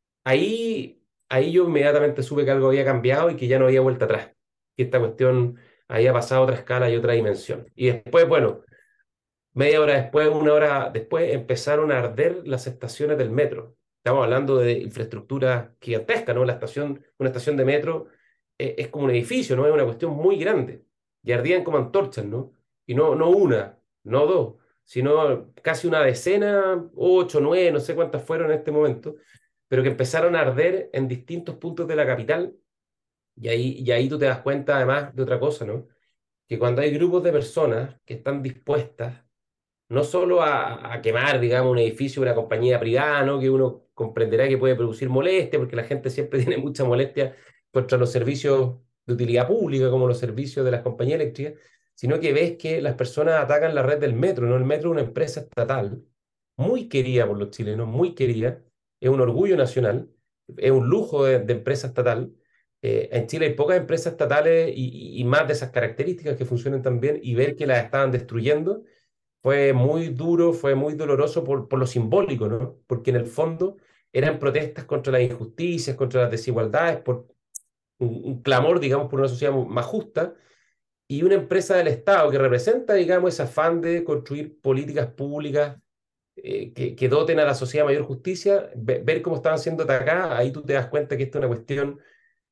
Ahí yo inmediatamente supe que algo había cambiado y que ya no había vuelta atrás, que esta cuestión había pasado a otra escala y otra dimensión. Y después, bueno, media hora después, una hora después, empezaron a arder las estaciones del metro. Estamos hablando de infraestructura gigantesca, ¿no? Una estación de metro es como un edificio, ¿no? Es una cuestión muy grande. Y ardían como antorchas, ¿no? Y no una, no dos, sino casi una decena, ocho, nueve, no sé cuántas fueron en este momento, pero que empezaron a arder en distintos puntos de la capital. Y ahí tú te das cuenta, además, de otra cosa, ¿no? Que cuando hay grupos de personas que están dispuestas no solo a quemar, digamos, un edificio de una compañía privada, ¿no? Que uno comprenderá que puede producir molestia, porque la gente siempre tiene mucha molestia contra los servicios de utilidad pública, como los servicios de las compañías eléctricas, sino que ves que las personas atacan la red del metro, ¿no? El metro es una empresa estatal, muy querida por los chilenos, muy querida, es un orgullo nacional, es un lujo de empresa estatal. En Chile hay pocas empresas estatales y más de esas características que funcionan tan bien y ver que las estaban destruyendo fue muy duro, fue muy doloroso por lo simbólico, ¿no? Porque en el fondo eran protestas contra las injusticias, contra las desigualdades, por un clamor, digamos, por una sociedad más justa, y una empresa del Estado que representa, digamos, ese afán de construir políticas públicas que doten a la sociedad mayor justicia, ver cómo estaban siendo atacadas, ahí tú te das cuenta que esta es una cuestión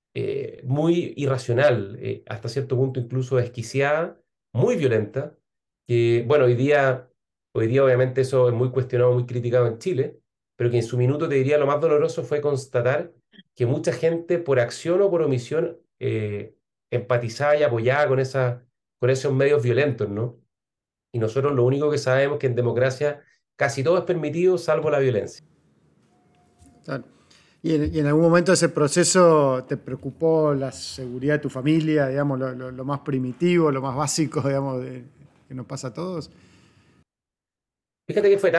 muy irracional, hasta cierto punto incluso desquiciada, muy violenta, que, bueno, hoy día obviamente eso es muy cuestionado, muy criticado en Chile, pero que en su minuto te diría lo más doloroso fue constatar que mucha gente por acción o por omisión empatizaba y apoyaba con esos medios violentos, ¿no? Y nosotros lo único que sabemos es que en democracia casi todo es permitido salvo la violencia. Claro. ¿Y en algún momento de ese proceso te preocupó la seguridad de tu familia, digamos, lo más primitivo, lo más básico, digamos, que nos pasa a todos? Fíjate que fue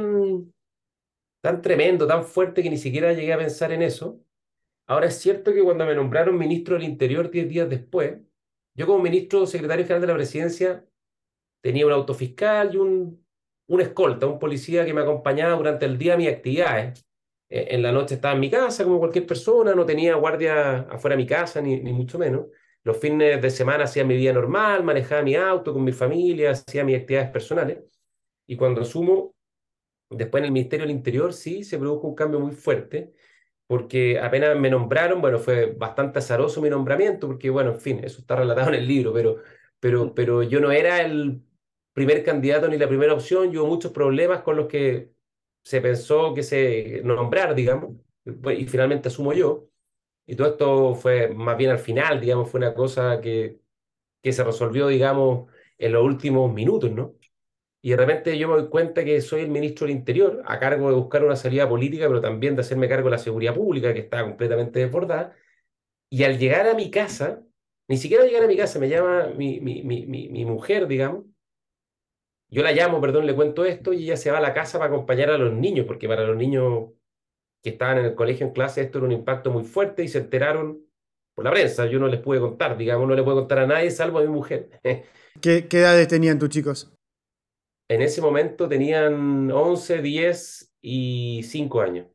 tan tremendo, tan fuerte que ni siquiera llegué a pensar en eso. Ahora es cierto que cuando me nombraron ministro del Interior 10 días después, yo como ministro secretario general de la presidencia tenía un autofiscal y un escolta, un policía que me acompañaba durante el día a mis actividades. En la noche estaba en mi casa como cualquier persona, no tenía guardia afuera de mi casa, ni mucho menos. Los fines de semana hacía mi vida normal, manejaba mi auto con mi familia, hacía mis actividades personales. Y cuando asumo, después en el Ministerio del Interior, sí, se produjo un cambio muy fuerte porque apenas me nombraron, bueno, fue bastante azaroso mi nombramiento, porque bueno, en fin, eso está relatado en el libro, pero yo no era el primer candidato ni la primera opción, y hubo muchos problemas con los que se pensó que se nombrar, digamos, y finalmente asumo yo. Y todo esto fue más bien al final, digamos, fue una cosa que se resolvió, digamos, en los últimos minutos, ¿no? Y de repente yo me doy cuenta que soy el ministro del Interior, a cargo de buscar una salida política, pero también de hacerme cargo de la seguridad pública, que está completamente desbordada. Y al llegar a mi casa, ni siquiera llegar a mi casa, me llama mi mujer, digamos. Yo la llamo, perdón, le cuento esto y ella se va a la casa para acompañar a los niños, porque para los niños que estaban en el colegio en clase esto era un impacto muy fuerte y se enteraron por la prensa. Yo no les pude contar, digamos, no le puedo contar a nadie salvo a mi mujer. ¿Qué edades tenían tus chicos? En ese momento tenían 11, 10 y 5 años.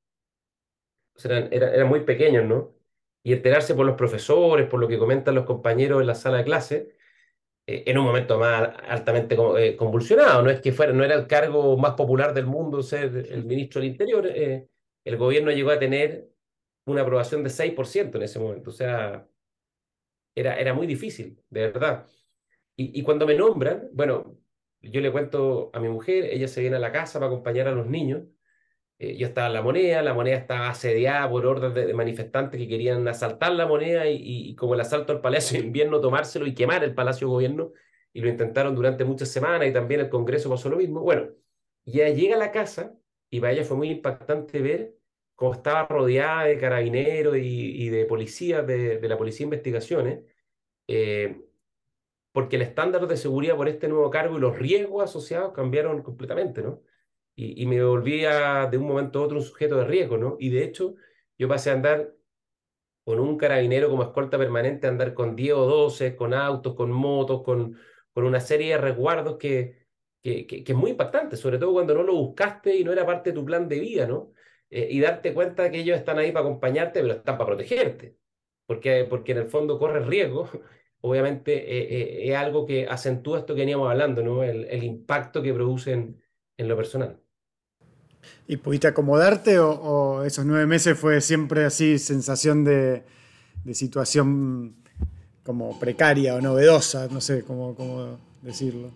O sea, eran muy pequeños, ¿no? Y enterarse por los profesores, por lo que comentan los compañeros en la sala de clase, en un momento más altamente convulsionado. No es que fuera, no era el cargo más popular del mundo ser el ministro del Interior. El gobierno llegó a tener una aprobación de 6% en ese momento. O sea, era muy difícil, de verdad. Y cuando me nombran, bueno, yo le cuento a mi mujer, ella se viene a la casa para acompañar a los niños. Yo estaba en la moneda estaba asediada por orden de manifestantes que querían asaltar la moneda y como el asalto al Palacio de Invierno, tomárselo y quemar el Palacio de Gobierno, y lo intentaron durante muchas semanas y también el Congreso pasó lo mismo. Bueno, y ella llega a la casa y para ella fue muy impactante ver cómo estaba rodeada de carabineros y de policías de la Policía de Investigaciones, eh, porque el estándar de seguridad por este nuevo cargo y los riesgos asociados cambiaron completamente, ¿no? Y me volvía de un momento a otro un sujeto de riesgo, ¿no? Y de hecho, yo pasé a andar con un carabinero como escolta permanente, a andar con 10 o 12, con autos, con motos, con una serie de resguardos que es muy impactante, sobre todo cuando no lo buscaste y no era parte de tu plan de vida, ¿no? Y darte cuenta que ellos están ahí para acompañarte, pero están para protegerte, porque en el fondo corres riesgo. Obviamente es algo que acentúa esto que veníamos hablando, ¿no? El impacto que producen en lo personal. ¿Y pudiste acomodarte o esos 9 meses fue siempre así, sensación de situación como precaria o novedosa? No sé cómo decirlo.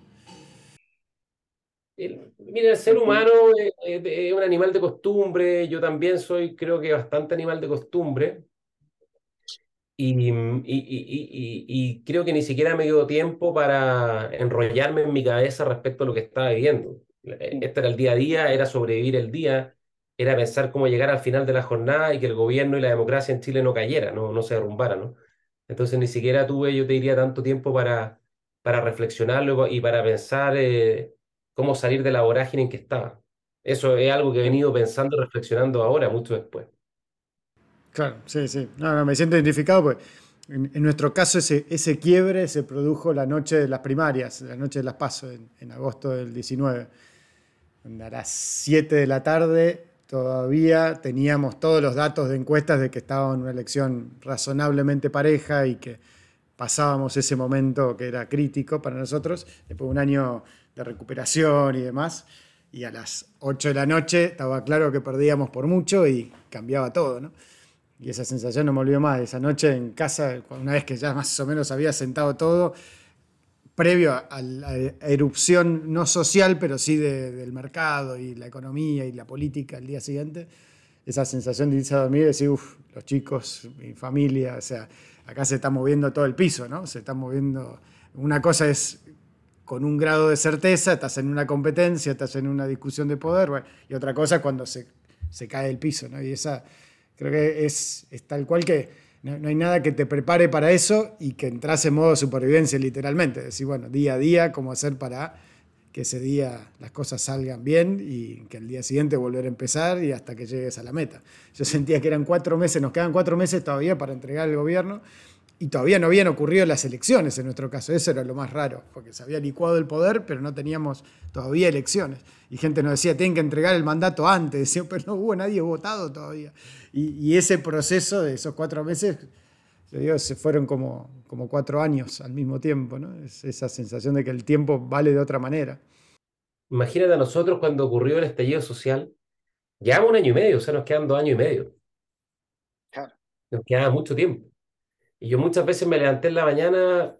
Mira, el ser humano es un animal de costumbre, yo también soy, creo que bastante animal de costumbre, y creo que ni siquiera me dio tiempo para enrollarme en mi cabeza respecto a lo que estaba viviendo. Este era el día a día, era sobrevivir el día, era pensar cómo llegar al final de la jornada y que el gobierno y la democracia en Chile no cayera, no se derrumbara, ¿no? Entonces ni siquiera tuve, yo te diría, tanto tiempo para reflexionarlo y para pensar cómo salir de la vorágine en que estaba. Eso es algo que he venido pensando y reflexionando ahora, mucho después. Claro, sí, sí. No, no, me siento identificado porque en nuestro caso ese quiebre se produjo la noche de las primarias, la noche de las PASO, en agosto del 19, donde a las 7 de la tarde todavía teníamos todos los datos de encuestas de que estaba en una elección razonablemente pareja y que pasábamos ese momento que era crítico para nosotros, después de un año de recuperación y demás, y a las 8 de la noche estaba claro que perdíamos por mucho y cambiaba todo, ¿no? Y esa sensación no me olvidó más. Esa noche en casa, una vez que ya más o menos había sentado todo, previo a la erupción no social, pero sí del mercado y la economía y la política el día siguiente, esa sensación de irse a dormir y decir, uff, los chicos, mi familia, o sea, acá se está moviendo todo el piso, ¿no? Se está moviendo. Una cosa es con un grado de certeza, estás en una competencia, estás en una discusión de poder, bueno, y otra cosa es cuando se cae el piso, ¿no? Y esa creo que es tal cual que no hay nada que te prepare para eso y que entras en modo supervivencia literalmente. Decir, bueno, día a día, cómo hacer para que ese día las cosas salgan bien y que el día siguiente volver a empezar y hasta que llegues a la meta. Yo sentía que eran 4 meses, nos quedan 4 meses todavía para entregar el gobierno y todavía no habían ocurrido las elecciones en nuestro caso. Eso era lo más raro, porque se había licuado el poder, pero no teníamos todavía elecciones. Y gente nos decía, tienen que entregar el mandato antes. Decía, pero no hubo nadie votado todavía. Y ese proceso de esos 4 meses, yo digo, se fueron como 4 años al mismo tiempo, ¿no? Es esa sensación de que el tiempo vale de otra manera. Imagínate a nosotros cuando ocurrió el estallido social, llevamos un año y medio, o sea, nos quedan 2 años y medio, Claro. nos queda mucho tiempo. Y yo muchas veces me levanté en la mañana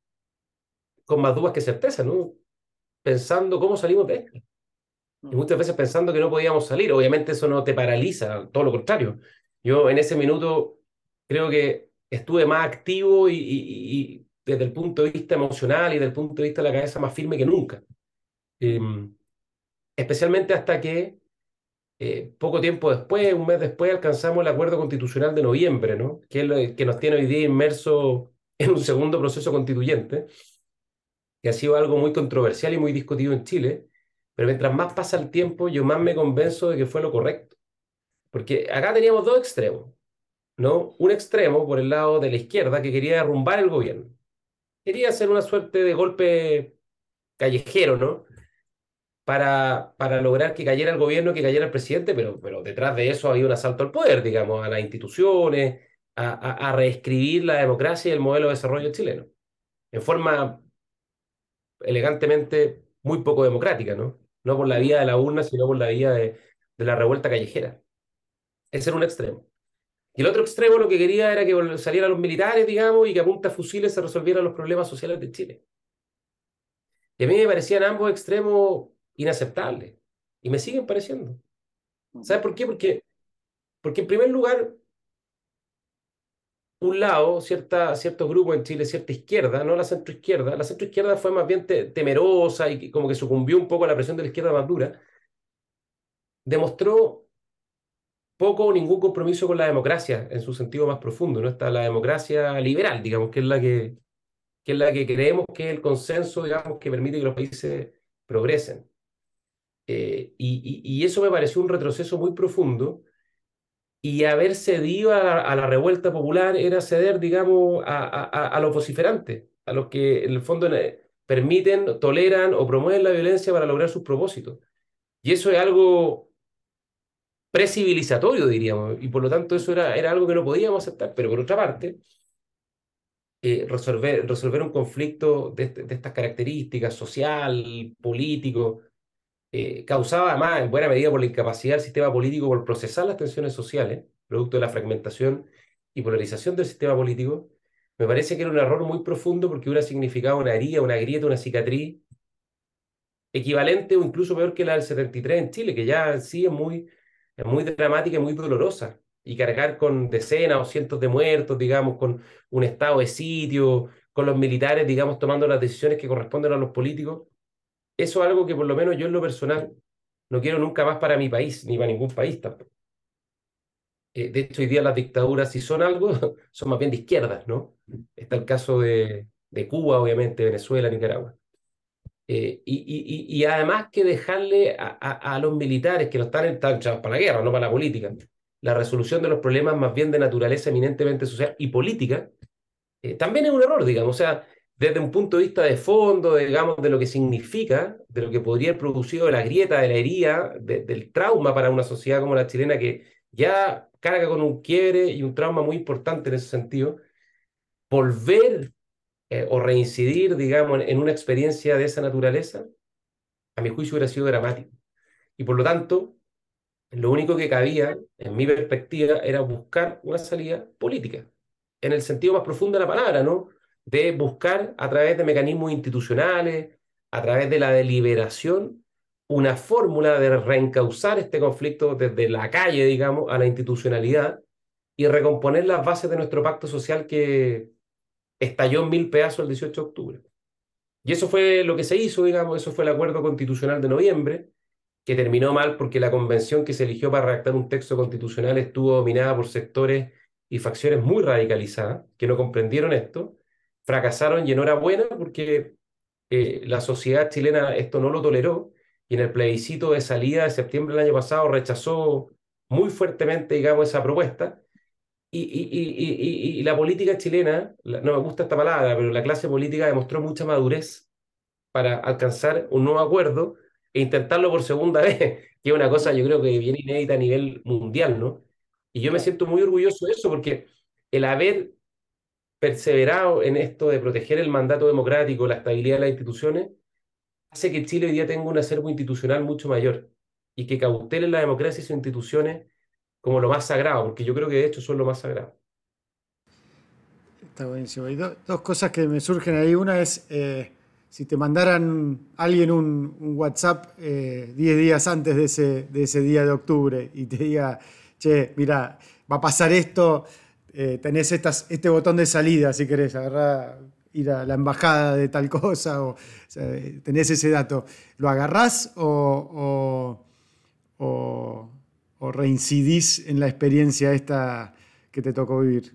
con más dudas que certeza, ¿no? Pensando cómo salimos de esto. Y muchas veces pensando que no podíamos salir. Obviamente eso no te paraliza, todo lo contrario. Yo en ese minuto Creo que estuve más activo y desde el punto de vista emocional y desde el punto de vista de la cabeza más firme que nunca. Eh, Especialmente hasta que poco tiempo después, un mes después, alcanzamos el acuerdo constitucional de noviembre, ¿no? Que es lo que nos tiene hoy día inmerso en un segundo proceso constituyente, que ha sido algo muy controversial y muy discutido en Chile, pero mientras más pasa el tiempo, yo más me convenzo de que fue lo correcto. Porque acá teníamos dos extremos, ¿no? Un extremo por el lado de la izquierda que quería derrumbar el gobierno. Quería hacer una suerte de golpe callejero, ¿no? Para lograr que cayera el gobierno, que cayera el presidente, pero detrás de eso había un asalto al poder, digamos, a las instituciones, a reescribir la democracia y el modelo de desarrollo chileno, en forma elegantemente muy poco democrática, ¿no? No por la vía de la urna, sino por la vía de la revuelta callejera. Ese era un extremo. Y el otro extremo lo que quería era que salieran los militares, digamos, y que a punta de fusiles se resolvieran los problemas sociales de Chile. Y a mí me parecían ambos extremos inaceptables. Y me siguen pareciendo. ¿Sabes por qué? Porque en primer lugar, un lado, cierto grupo en Chile, cierta izquierda, no la centroizquierda fue más bien temerosa y como que sucumbió un poco a la presión de la izquierda más dura, demostró poco o ningún compromiso con la democracia en su sentido más profundo, ¿no? Está la democracia liberal, digamos, que es la que creemos que es el consenso, digamos, que permite que los países progresen. Y eso me pareció un retroceso muy profundo. Y haber cedido a la revuelta popular era ceder, digamos, a los vociferantes, a los que en el fondo permiten, toleran o promueven la violencia para lograr sus propósitos. Y eso es algo precivilizatorio, diríamos, y por lo tanto eso era algo que no podíamos aceptar. Pero por otra parte, resolver un conflicto de estas características, social, político, causaba además en buena medida por la incapacidad del sistema político por procesar las tensiones sociales, producto de la fragmentación y polarización del sistema político, me parece que era un error muy profundo porque hubiera significado una herida, una grieta, una cicatriz equivalente o incluso peor que la del 73 en Chile, que ya en sí es muy dramática y muy dolorosa. Y cargar con decenas o cientos de muertos, digamos, con un estado de sitio, con los militares, digamos, tomando las decisiones que corresponden a los políticos, eso es algo que por lo menos yo en lo personal no quiero nunca más para mi país, ni para ningún país tampoco. De hecho, hoy día las dictaduras, si son algo, son más bien de izquierdas, ¿no? Está el caso de Cuba, obviamente, Venezuela, Nicaragua. Y además que dejarle a los militares que no están echados para la guerra, no para la política, la resolución de los problemas más bien de naturaleza eminentemente social y política, también es un error, digamos. O sea, desde un punto de vista de fondo, digamos, de lo que significa, de lo que podría haber producido de la grieta, de la herida, del trauma para una sociedad como la chilena que ya carga con un quiebre y un trauma muy importante en ese sentido, volver o reincidir, digamos, en una experiencia de esa naturaleza, a mi juicio hubiera sido dramático. Y por lo tanto, lo único que cabía, en mi perspectiva, era buscar una salida política, en el sentido más profundo de la palabra, ¿no? De buscar a través de mecanismos institucionales, a través de la deliberación, una fórmula de reencauzar este conflicto desde la calle, digamos, a la institucionalidad y recomponer las bases de nuestro pacto social que estalló en mil pedazos el 18 de octubre. Y eso fue lo que se hizo, digamos, eso fue el acuerdo constitucional de noviembre, que terminó mal porque la convención que se eligió para redactar un texto constitucional estuvo dominada por sectores y facciones muy radicalizadas que no comprendieron esto, fracasaron y enhorabuena porque la sociedad chilena esto no lo toleró y en el plebiscito de salida de septiembre del año pasado rechazó muy fuertemente, digamos, esa propuesta. Y la política chilena, no me gusta esta palabra, pero la clase política demostró mucha madurez para alcanzar un nuevo acuerdo e intentarlo por segunda vez, que es una cosa yo creo que viene inédita a nivel mundial, ¿no? Y yo me Claro. siento muy orgulloso de eso porque el haber perseverado en esto de proteger el mandato democrático, la estabilidad de las instituciones, hace que Chile hoy día tenga un acervo institucional mucho mayor y que cautele la democracia y sus instituciones como lo más sagrado, porque yo creo que de hecho son lo más sagrado. Está buenísimo. Y dos cosas que me surgen ahí. Una es, si te mandaran alguien un WhatsApp 10 días antes de ese día de octubre y te diga, che, mira, va a pasar esto, tenés este botón de salida, si querés, agarrar, ir a la embajada de tal cosa, o sea, tenés ese dato. ¿Lo agarrás o, o reincidís en la experiencia esta que te tocó vivir?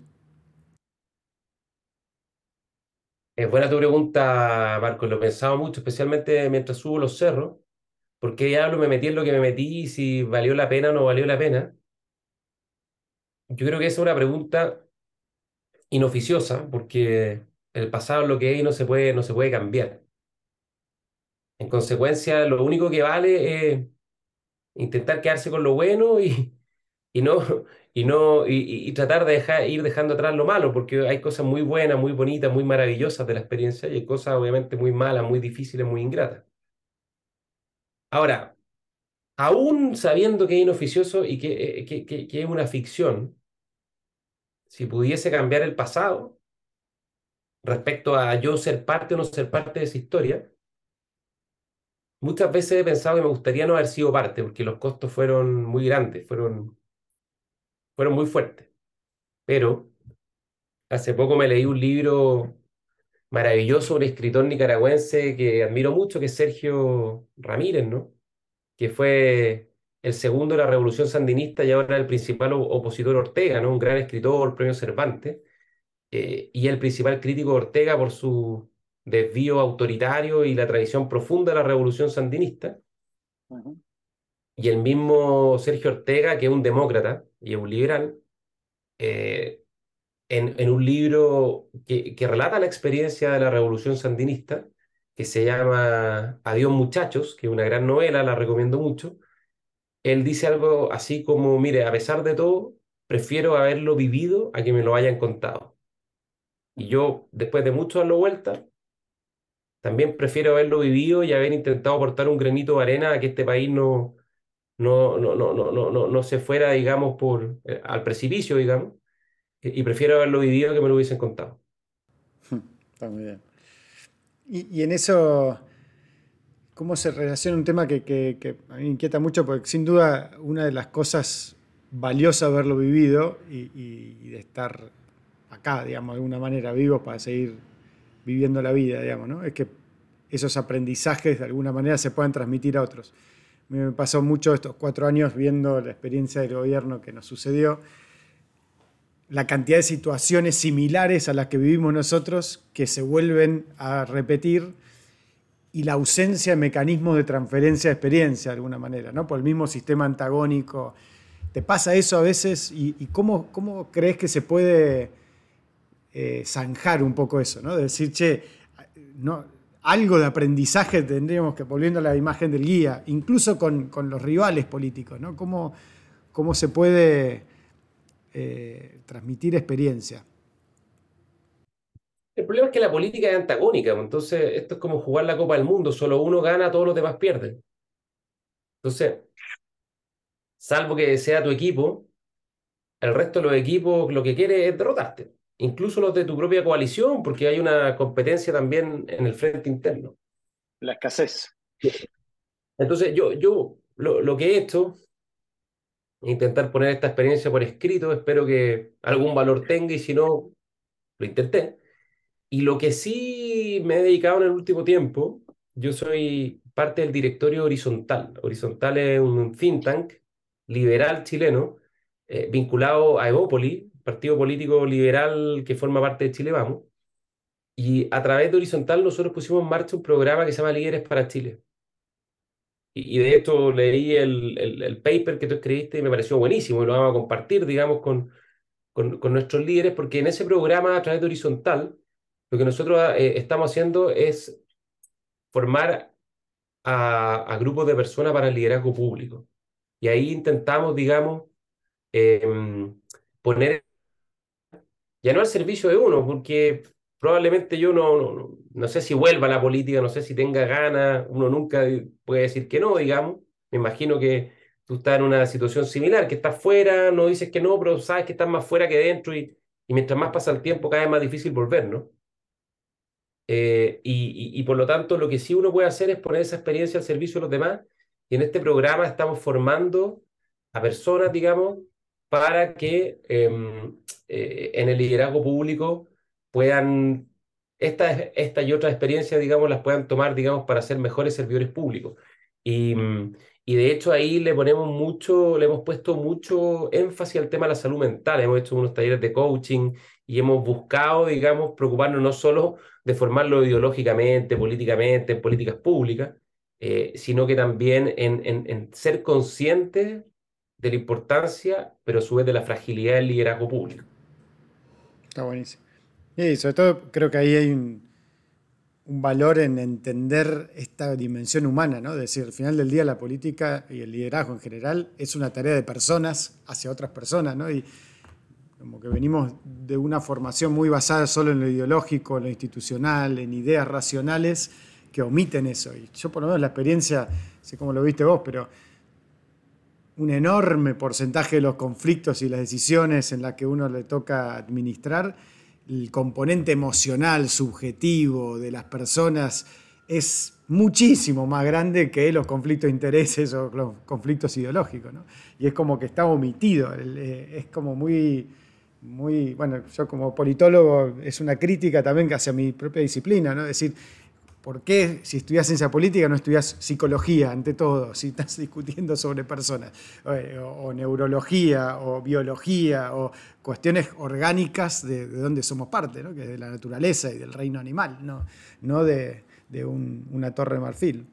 Es buena tu pregunta, Marco. Lo he pensado mucho, especialmente mientras subo los cerros. ¿Por qué diablo me metí en lo que me metí y si valió la pena o no valió la pena? Yo creo que esa es una pregunta inoficiosa, porque el pasado es lo que es y no se puede cambiar. En consecuencia, lo único que vale es intentar quedarse con lo bueno y no, y tratar de ir dejando atrás lo malo, porque hay cosas muy buenas, muy bonitas, muy maravillosas de la experiencia y hay cosas obviamente muy malas, muy difíciles, muy ingratas. Ahora, aún sabiendo que es inoficioso y que es una ficción, si pudiese cambiar el pasado respecto a yo ser parte o no ser parte de esa historia, muchas veces he pensado que me gustaría no haber sido parte, porque los costos fueron muy grandes, fueron muy fuertes. Pero hace poco me leí un libro maravilloso, un escritor nicaragüense que admiro mucho, que es Sergio Ramírez, ¿no? Que fue el segundo de la Revolución Sandinista y ahora el principal opositor a Ortega, ¿no? Un gran escritor, premio Cervantes, y el principal crítico de Ortega por su desvío autoritario y la tradición profunda de la Revolución Sandinista. Ujú. Y el mismo Sergio Ortega, que es un demócrata y es un liberal, eh, en un libro que relata la experiencia de la Revolución Sandinista, que se llama Adiós muchachos, que es una gran novela, la recomiendo mucho. Él dice algo así como, mire, a pesar de todo, prefiero haberlo vivido a que me lo hayan contado. Y yo, después de mucho darlo vuelta, también prefiero haberlo vivido y haber intentado aportar un granito de arena a que este país no se fuera, digamos, al precipicio, digamos, y prefiero haberlo vivido que me lo hubiesen contado. Está muy bien. Y en eso, ¿cómo se relaciona un tema que a mí me inquieta mucho? Porque sin duda una de las cosas valiosas de haberlo vivido y de estar acá, digamos, de alguna manera vivos para seguir viviendo la vida, digamos, ¿no? Es que esos aprendizajes de alguna manera se puedan transmitir a otros. A mí me pasó mucho estos 4 años viendo la experiencia del gobierno que nos sucedió, la cantidad de situaciones similares a las que vivimos nosotros que se vuelven a repetir y la ausencia de mecanismos de transferencia de experiencia de alguna manera, ¿no? Por el mismo sistema antagónico. ¿Te pasa eso a veces? ¿Y cómo crees que se puede zanjar un poco eso, ¿no? De decir, che, no, algo de aprendizaje tendríamos que, volviendo a la imagen del guía, incluso con los rivales políticos, ¿no? ¿Cómo se puede transmitir experiencia? El problema es que la política es antagónica, pues, entonces esto es como jugar la Copa del Mundo, solo uno gana, todos los demás pierden. Entonces, salvo que sea tu equipo, el resto de los equipos lo que quiere es derrotarte, incluso los de tu propia coalición, porque hay una competencia también en el frente interno. La escasez. Entonces, yo lo que he hecho es intentar poner esta experiencia por escrito, espero que algún valor tenga y si no, lo intenté. Y lo que sí me he dedicado en el último tiempo, yo soy parte del directorio Horizontal. Horizontal es un think tank liberal chileno vinculado a Evópoli, partido político liberal que forma parte de Chile Vamos. Y a través de Horizontal nosotros pusimos en marcha un programa que se llama Líderes para Chile. Y de hecho leí el paper que tú escribiste y me pareció buenísimo y lo vamos a compartir, digamos, con nuestros líderes, porque en ese programa a través de Horizontal, lo que nosotros estamos haciendo es formar a grupos de personas para el liderazgo público. Y ahí intentamos, digamos, eh, poner, ya no al servicio de uno, porque probablemente yo no sé si vuelva a la política, no sé si tenga ganas, uno nunca puede decir que no, digamos. Me imagino que tú estás en una situación similar, que estás fuera, no dices que no, pero sabes que estás más fuera que dentro y mientras más pasa el tiempo, cada vez más difícil volver, ¿no? Y por lo tanto, lo que sí uno puede hacer es poner esa experiencia al servicio de los demás. Y en este programa estamos formando a personas, digamos, para que en el liderazgo público puedan, esta y otras experiencias, digamos, las puedan tomar, digamos, para ser mejores servidores públicos. Y, y de hecho ahí le hemos puesto mucho énfasis al tema de la salud mental. Hemos hecho unos talleres de coaching y hemos buscado, digamos, preocuparnos no solo de formarlo ideológicamente, políticamente, en políticas públicas, sino que también en ser conscientes de la importancia, pero a su vez de la fragilidad del liderazgo público. Está buenísimo. Y sobre todo creo que ahí hay un valor en entender esta dimensión humana, ¿no? Es decir, al final del día la política y el liderazgo en general es una tarea de personas hacia otras personas, ¿no? Y como que venimos de una formación muy basada solo en lo ideológico, en lo institucional, en ideas racionales que omiten eso. Y yo por lo menos la experiencia, sé cómo lo viste vos, pero un enorme porcentaje de los conflictos y las decisiones en las que uno le toca administrar, el componente emocional, subjetivo de las personas es muchísimo más grande que los conflictos de intereses o los conflictos ideológicos, ¿no? Y es como que está omitido, es como muy, bueno, yo como politólogo es una crítica también hacia mi propia disciplina, ¿no? Es decir, ¿por qué si estudias ciencia política no estudias psicología ante todo? Si estás discutiendo sobre personas, o neurología, o biología, o cuestiones orgánicas de donde somos parte, ¿no? Que es de la naturaleza y del reino animal, no de una torre de marfil.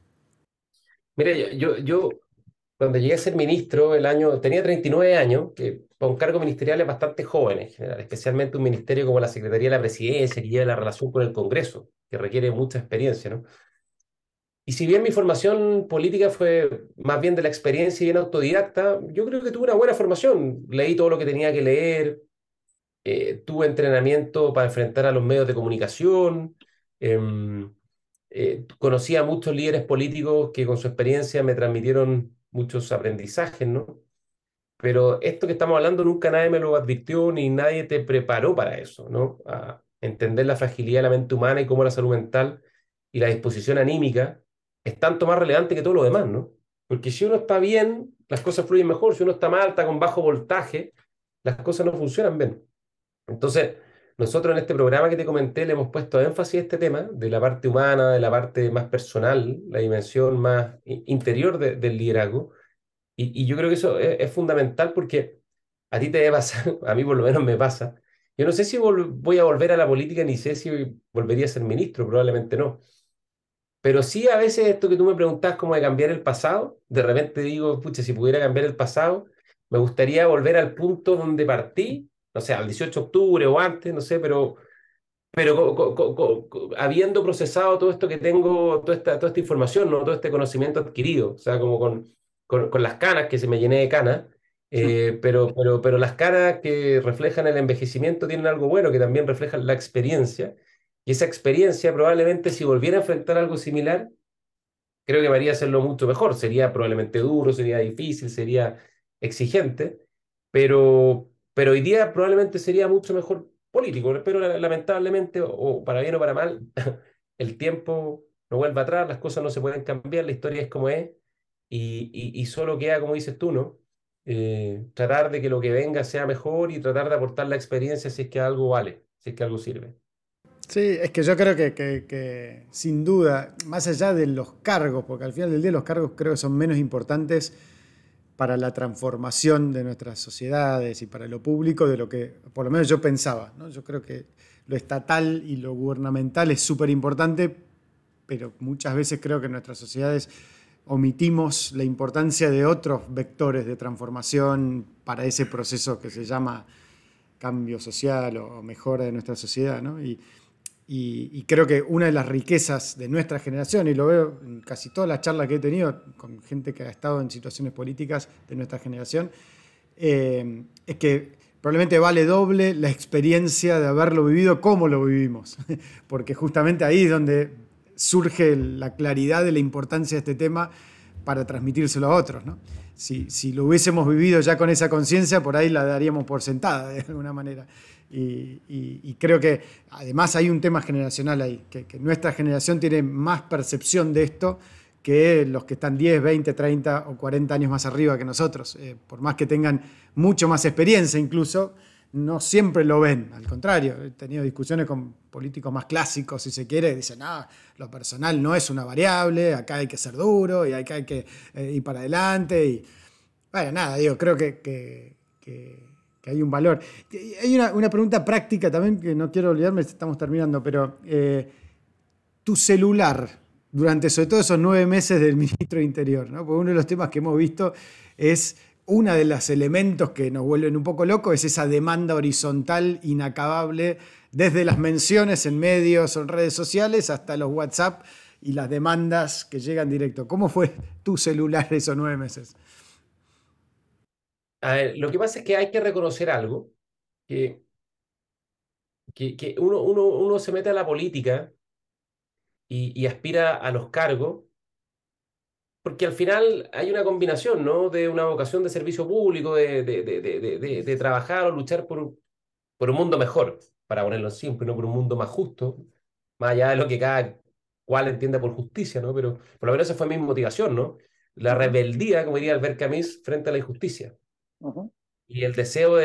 Mira, cuando llegué a ser ministro, tenía 39 años, que para un cargo ministerial es bastante joven en general, especialmente un ministerio como la Secretaría de la Presidencia, que lleva la relación con el Congreso, que requiere mucha experiencia, ¿no? Y si bien mi formación política fue más bien de la experiencia y bien autodidacta, yo creo que tuve una buena formación. Leí todo lo que tenía que leer, tuve entrenamiento para enfrentar a los medios de comunicación, em, conocí a muchos líderes políticos que con su experiencia me transmitieron muchos aprendizajes, ¿no? Pero esto que estamos hablando nunca nadie me lo advirtió ni nadie te preparó para eso, ¿no? A entender la fragilidad de la mente humana y cómo la salud mental y la disposición anímica es tanto más relevante que todo lo demás, ¿no? Porque si uno está bien, las cosas fluyen mejor. Si uno está mal, está con bajo voltaje, las cosas no funcionan bien. Entonces, nosotros en este programa que te comenté le hemos puesto énfasis a este tema de la parte humana, de la parte más personal, la dimensión más interior del liderazgo. Y yo creo que eso es fundamental porque a ti te debe pasar, a mí por lo menos me pasa. Yo no sé si voy a volver a la política, ni sé si volvería a ser ministro, probablemente no. Pero sí a veces esto que tú me preguntas como de cambiar el pasado, de repente digo, pucha, si pudiera cambiar el pasado, me gustaría volver al punto donde partí, no sé, al 18 de octubre o antes, no sé, pero habiendo procesado todo esto que tengo, toda esta información, ¿no? Todo este conocimiento adquirido, o sea, como con las canas, que se me llené de canas, pero las canas que reflejan el envejecimiento tienen algo bueno, que también reflejan la experiencia, y esa experiencia probablemente si volviera a enfrentar algo similar, creo que me haría hacerlo mucho mejor. Sería probablemente duro, sería difícil, sería exigente, pero hoy día probablemente sería mucho mejor político. Pero lamentablemente, o para bien o para mal, el tiempo no vuelve atrás, las cosas no se pueden cambiar, la historia es como es, y solo queda, como dices tú, ¿no? Tratar de que lo que venga sea mejor y tratar de aportar la experiencia si es que algo vale, si es que algo sirve. Sí, es que yo creo que sin duda, más allá de los cargos, porque al final del día los cargos creo que son menos importantes para la transformación de nuestras sociedades y para lo público de lo que por lo menos yo pensaba, ¿no? Yo creo que lo estatal y lo gubernamental es súper importante, pero muchas veces creo que en nuestras sociedades omitimos la importancia de otros vectores de transformación para ese proceso que se llama cambio social o mejora de nuestra sociedad, ¿no? Y creo que una de las riquezas de nuestra generación, y lo veo en casi todas las charlas que he tenido con gente que ha estado en situaciones políticas de nuestra generación, es que probablemente vale doble la experiencia de haberlo vivido como lo vivimos, porque justamente ahí es donde surge la claridad de la importancia de este tema para transmitírselo a otros, ¿no? Si lo hubiésemos vivido ya con esa conciencia, por ahí la daríamos por sentada de alguna manera. Y creo que además hay un tema generacional ahí, que nuestra generación tiene más percepción de esto que los que están 10, 20, 30 o 40 años más arriba que nosotros. Por más que tengan mucho más experiencia incluso, no siempre lo ven. Al contrario, he tenido discusiones con políticos más clásicos, si se quiere, y dicen, no, lo personal no es una variable, acá hay que ser duro y acá hay que ir para adelante. Y bueno, nada, digo, creo que hay un valor. Hay una pregunta práctica también que no quiero olvidarme, estamos terminando, pero tu celular durante sobre todo esos 9 meses del ministro de Interior, ¿no? Porque uno de los temas que hemos visto es uno de los elementos que nos vuelven un poco locos, es esa demanda horizontal inacabable, desde las menciones en medios o en redes sociales hasta los WhatsApp y las demandas que llegan directo. ¿Cómo fue tu celular esos 9 meses? A ver, lo que pasa es que hay que reconocer algo, que, que uno se mete a la política y aspira a los cargos, porque al final hay una combinación, ¿no? De una vocación de servicio público, de trabajar o luchar por un mundo mejor, para ponerlo simple, no por un mundo más justo, más allá de lo que cada cual entienda por justicia, ¿no? Pero por lo menos esa fue mi motivación, ¿no? La Ujú, rebeldía, como diría Albert Camus, frente a la injusticia. ujú. Y el deseo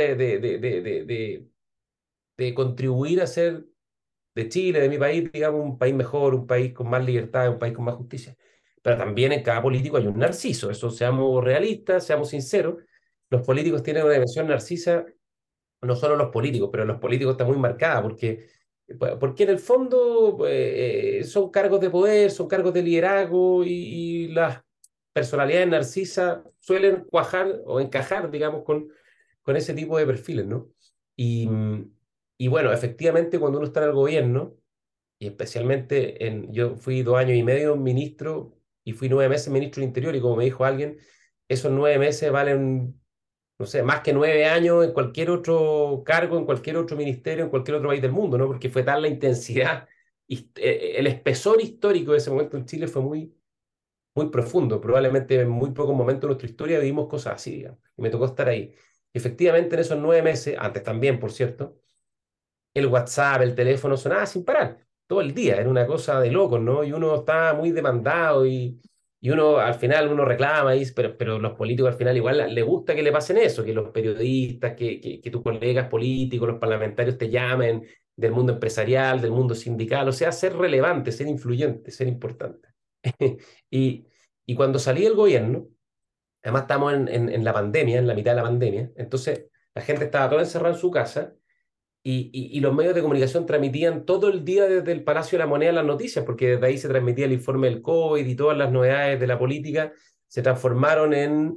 de contribuir a hacer de Chile, de mi país, digamos, un país mejor, un país con más libertad, un país con más justicia. Pero también en cada político hay un narciso, eso seamos realistas, seamos sinceros. Los políticos tienen una dimensión narcisa, no solo los políticos, pero los políticos está muy marcada, porque en el fondo son cargos de poder, son cargos de liderazgo y las personalidades narcisas suelen cuajar o encajar, digamos, con ese tipo de perfiles, ¿no? Y, y bueno, efectivamente cuando uno está en el gobierno, y especialmente yo fui 2 años y medio ministro y fui 9 meses ministro del Interior y como me dijo alguien, esos 9 meses valen, no sé, más que 9 años en cualquier otro cargo, en cualquier otro ministerio, en cualquier otro país del mundo, ¿no? Porque fue tal la intensidad, el espesor histórico de ese momento en Chile fue muy profundo. Probablemente en muy pocos momentos de nuestra historia vivimos cosas así, digamos. Y me tocó estar ahí. Y efectivamente en esos 9 meses, antes también, por cierto, el WhatsApp, el teléfono sonaba sin parar, todo el día, era una cosa de locos, ¿no? Y uno está muy demandado y uno al final uno reclama, pero los políticos al final igual le gusta que le pasen eso, que los periodistas, que tus colegas políticos, los parlamentarios te llamen del mundo empresarial, del mundo sindical, o sea, ser relevante, ser influyente, ser importante. Y, y cuando salí del gobierno, además estamos en la pandemia, en la mitad de la pandemia, entonces la gente estaba toda encerrada en su casa y los medios de comunicación transmitían todo el día desde el Palacio de la Moneda las noticias, porque desde ahí se transmitía el informe del COVID y todas las novedades de la política se transformaron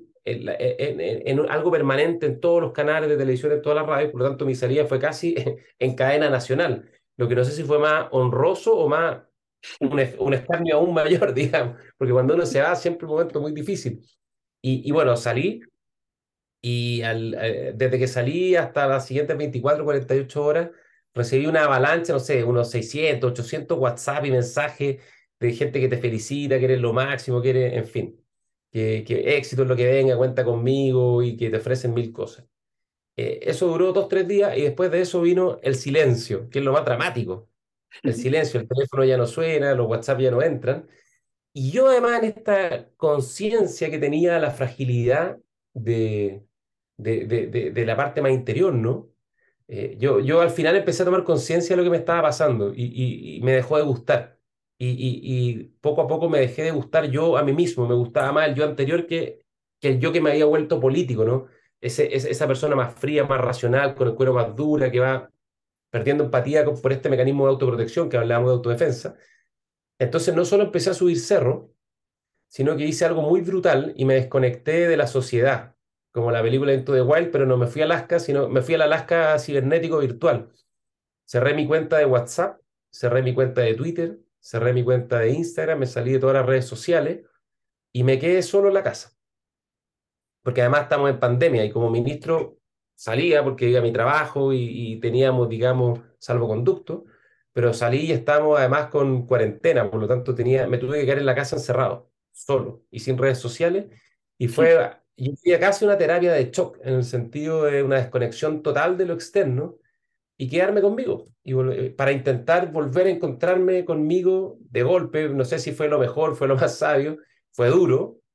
en algo permanente en todos los canales de televisión, en todas las radios, por lo tanto mi salida fue casi en cadena nacional, lo que no sé si fue más honroso o más un escarnio aún mayor, digamos, porque cuando uno se va siempre es un momento muy difícil. Y bueno, salí y desde que salí hasta las siguientes 24 48 horas, recibí una avalancha, no sé, unos 600 800 WhatsApp y mensajes de gente que te felicita, que eres lo máximo, que eres, en fin, que éxito es lo que venga, cuenta conmigo y que te ofrecen mil cosas. Eso duró 2, 3 días y después de eso vino el silencio, que es lo más dramático. El silencio, el teléfono ya no suena, los WhatsApp ya no entran. Y yo además en esta conciencia que tenía la fragilidad de, de la parte más interior, ¿no? Yo al final empecé a tomar conciencia de lo que me estaba pasando y me dejó de gustar. Y poco a poco me dejé de gustar yo a mí mismo, me gustaba más el yo anterior que el yo que me había vuelto político, ¿no? Esa persona más fría, más racional, con el cuero más dura, que va perdiendo empatía por este mecanismo de autoprotección que hablábamos de autodefensa. Entonces no solo empecé a subir cerro, sino que hice algo muy brutal y me desconecté de la sociedad, como la película Into the Wild, pero no me fui a Alaska, sino me fui al Alaska cibernético virtual. Cerré mi cuenta de WhatsApp, cerré mi cuenta de Twitter, cerré mi cuenta de Instagram, me salí de todas las redes sociales y me quedé solo en la casa, porque además estamos en pandemia y como ministro salía porque iba a mi trabajo y teníamos, digamos, salvoconducto, pero salí y estábamos además con cuarentena, por lo tanto me tuve que quedar en la casa encerrado, solo y sin redes sociales, y yo diría casi una terapia de shock, en el sentido de una desconexión total de lo externo y quedarme conmigo, para intentar volver a encontrarme conmigo de golpe, no sé si fue lo mejor, fue lo más sabio, fue duro,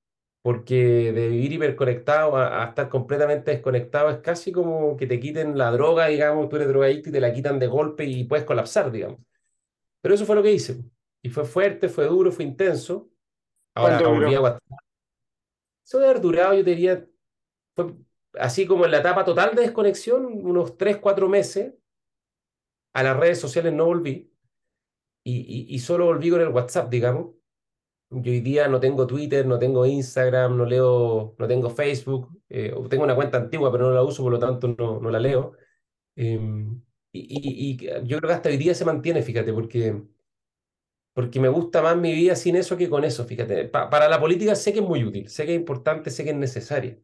porque de vivir hiperconectado a estar completamente desconectado es casi como que te quiten la droga, digamos, tú eres drogadicto y te la quitan de golpe y puedes colapsar, digamos. Pero eso fue lo que hice. Y fue fuerte, fue duro, fue intenso. Ahora ¿Cuánto volví a duró? WhatsApp. Eso debe haber durado, yo te diría, fue así como en la etapa total de desconexión, unos 3 4 meses. A las redes sociales no volví y solo volví con el WhatsApp, digamos. Yo hoy día no tengo Twitter, no tengo Instagram, no leo, no tengo Facebook, o tengo una cuenta antigua, pero no la uso, por lo tanto no la leo. Eh, yo creo que hasta hoy día se mantiene, fíjate, porque me gusta más mi vida sin eso que con eso, fíjate. Para la política sé que es muy útil, sé que es importante, sé que es necesaria,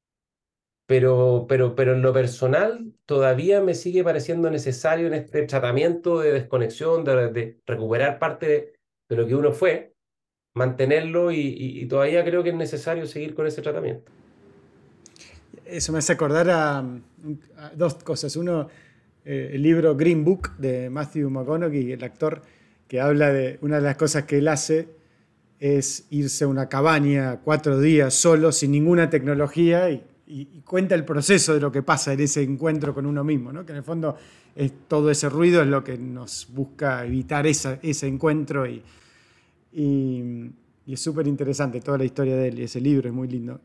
pero en lo personal todavía me sigue pareciendo necesario en este tratamiento de desconexión, de recuperar parte de lo que uno fue, mantenerlo y todavía creo que es necesario seguir con ese tratamiento. Eso me hace acordar a dos cosas. Uno, el libro Green Book de Matthew McConaughey, el actor, que habla de una de las cosas que él hace es irse a una cabaña 4 días solo, sin ninguna tecnología, y cuenta el proceso de lo que pasa en ese encuentro con uno mismo, ¿no? Que en el fondo todo ese ruido es lo que nos busca evitar ese encuentro y, y es súper interesante toda la historia de él y ese libro es muy lindo.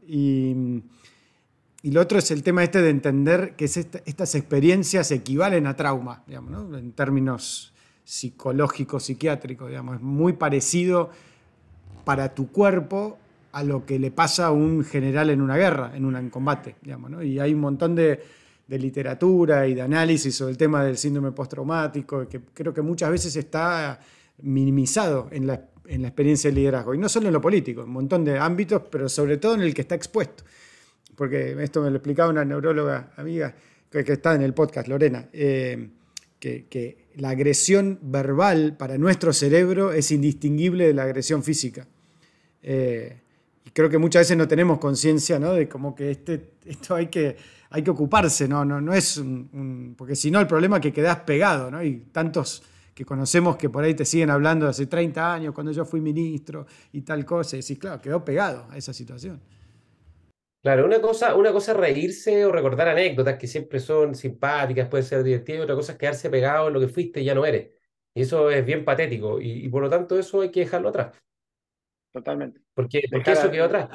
Y lo otro es el tema este de entender que estas experiencias equivalen a trauma, digamos, ¿no? En términos psicológicos, psiquiátricos, digamos, es muy parecido para tu cuerpo a lo que le pasa a un general en una guerra, en un combate, digamos, ¿no? Y hay un montón de literatura y de análisis sobre el tema del síndrome postraumático, que creo que muchas veces está minimizado en la experiencia de liderazgo, y no solo en lo político, en un montón de ámbitos, pero sobre todo en el que está expuesto. Porque esto me lo explicaba una neuróloga amiga que está en el podcast, Lorena, que la agresión verbal para nuestro cerebro es indistinguible de la agresión física. Y creo que muchas veces no tenemos conciencia, ¿no? De como que esto hay que ocuparse, ¿no? No es porque si no el problema es que quedás pegado, ¿no? Y tantos que conocemos que por ahí te siguen hablando de hace 30 años, cuando yo fui ministro y tal cosa, y decís, claro, quedó pegado a esa situación. Claro, una cosa es reírse o recordar anécdotas que siempre son simpáticas, pueden ser divertidas, y otra cosa es quedarse pegado en lo que fuiste y ya no eres. Y eso es bien patético y por lo tanto eso hay que dejarlo atrás, Totalmente. porque Dejar eso quedó atrás.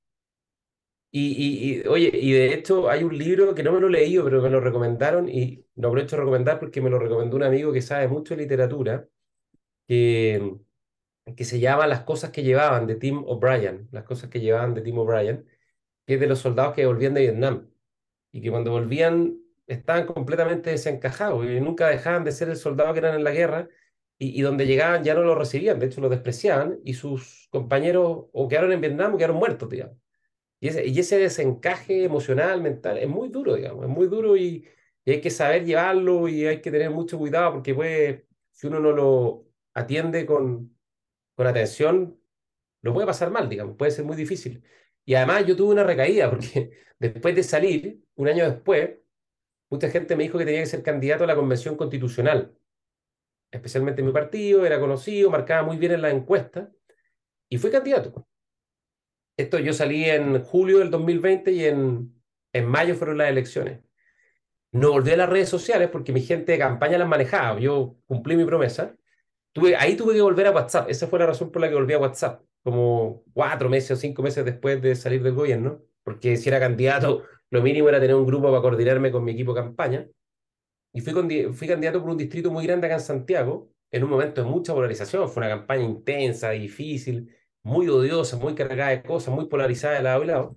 Oye, y de hecho hay un libro que no me lo he leído, pero me lo recomendaron y lo aprovecho de recomendar porque me lo recomendó un amigo que sabe mucho de literatura, que, que se llama Las cosas que llevaban de Tim O'Brien, Las cosas que llevaban de Tim O'Brien, que es de los soldados que volvían de Vietnam y que cuando volvían estaban completamente desencajados y nunca dejaban de ser el soldado que eran en la guerra y donde llegaban ya no lo recibían, de hecho lo despreciaban y sus compañeros o quedaron en Vietnam o quedaron muertos, digamos. Y ese desencaje emocional, mental, es muy duro, digamos, es muy duro y hay que saber llevarlo y hay que tener mucho cuidado porque puede, si uno no lo atiende con atención, lo puede pasar mal, digamos, puede ser muy difícil. Y además yo tuve una recaída porque después de salir, un año después, mucha gente me dijo que tenía que ser candidato a la convención constitucional, especialmente en mi partido, era conocido, marcaba muy bien en la encuesta y fui candidato. Esto yo salí en julio del 2020 y en mayo fueron las elecciones. No volví a las redes sociales porque mi gente de campaña las manejaba. Yo cumplí mi promesa. Ahí tuve que volver a WhatsApp. Esa fue la razón por la que volví a WhatsApp. Como 4 meses o 5 meses después de salir del gobierno. Porque si era candidato, lo mínimo era tener un grupo para coordinarme con mi equipo de campaña. Y fui candidato por un distrito muy grande acá en Santiago, en un momento de mucha polarización. Fue una campaña intensa, difícil, muy odiosa, muy cargada de cosas, muy polarizada de lado y lado.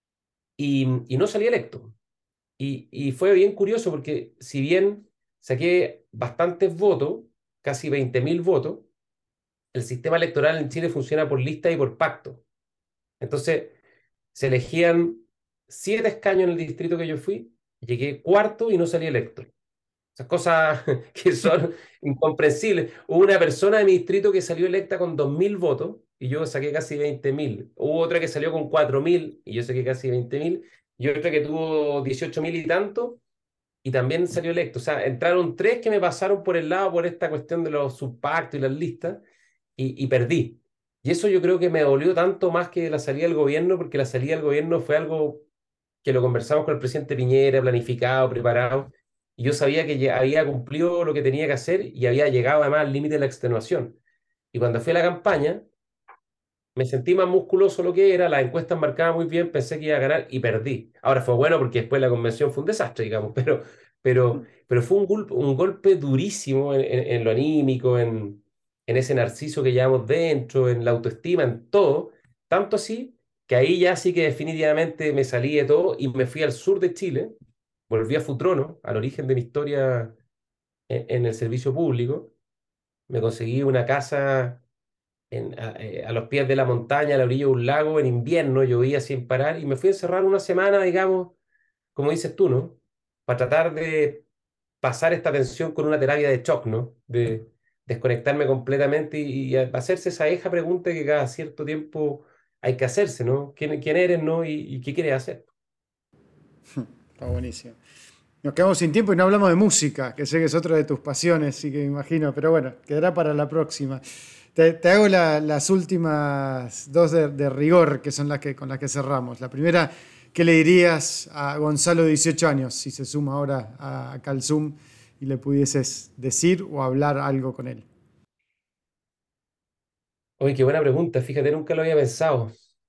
Y no salí electo. Y fue bien curioso porque si bien saqué bastantes votos, casi 20.000 votos, el sistema electoral en Chile funciona por lista y por pacto. Entonces, se elegían 7 escaños en el distrito que yo fui, llegué cuarto y no salí electo. Esas cosas que son incomprensibles. Hubo una persona de mi distrito que salió electa con 2.000 votos y yo saqué casi 20.000. Hubo otra que salió con 4.000 y yo saqué casi 20.000. Y otra que tuvo 18.000 y tanto y también salió electo. O sea, entraron tres que me pasaron por el lado por esta cuestión de los subpactos y las listas y perdí. Y eso yo creo que me dolió tanto más que la salida del gobierno, porque la salida del gobierno fue algo que lo conversamos con el presidente Piñera, planificado, preparado, y yo sabía que ya había cumplido lo que tenía que hacer y había llegado además al límite de la extenuación. Y cuando fui a la campaña, me sentí más musculoso lo que era, las encuestas marcaban muy bien, pensé que iba a ganar y perdí. Ahora fue bueno porque después la convención fue un desastre, digamos, pero fue un golpe durísimo en lo anímico, en ese narciso que llevamos dentro, en la autoestima, en todo. Tanto así que ahí ya sí que definitivamente me salí de todo y me fui al sur de Chile, volví a Futrono, al origen de mi historia en el servicio público, me conseguí una casa a los pies de la montaña, a la orilla de un lago, en invierno, llovía sin parar, y me fui a encerrar una semana, digamos, como dices tú, ¿no? Para tratar de pasar esta tensión con una terapia de shock, ¿no? De desconectarme completamente y hacerse esa vieja pregunta que cada cierto tiempo hay que hacerse, ¿no? ¿Quién eres, ¿no? Y qué quieres hacer? Está buenísimo. Nos quedamos sin tiempo y no hablamos de música, que sé que es otra de tus pasiones, sí que me imagino, pero bueno, quedará para la próxima. Te hago las últimas dos de rigor, que son con las que cerramos. La primera, ¿qué le dirías a Gonzalo de 18 años si se suma ahora a Calzum y le pudieses decir o hablar algo con él? Oye, qué buena pregunta, fíjate, nunca lo había pensado.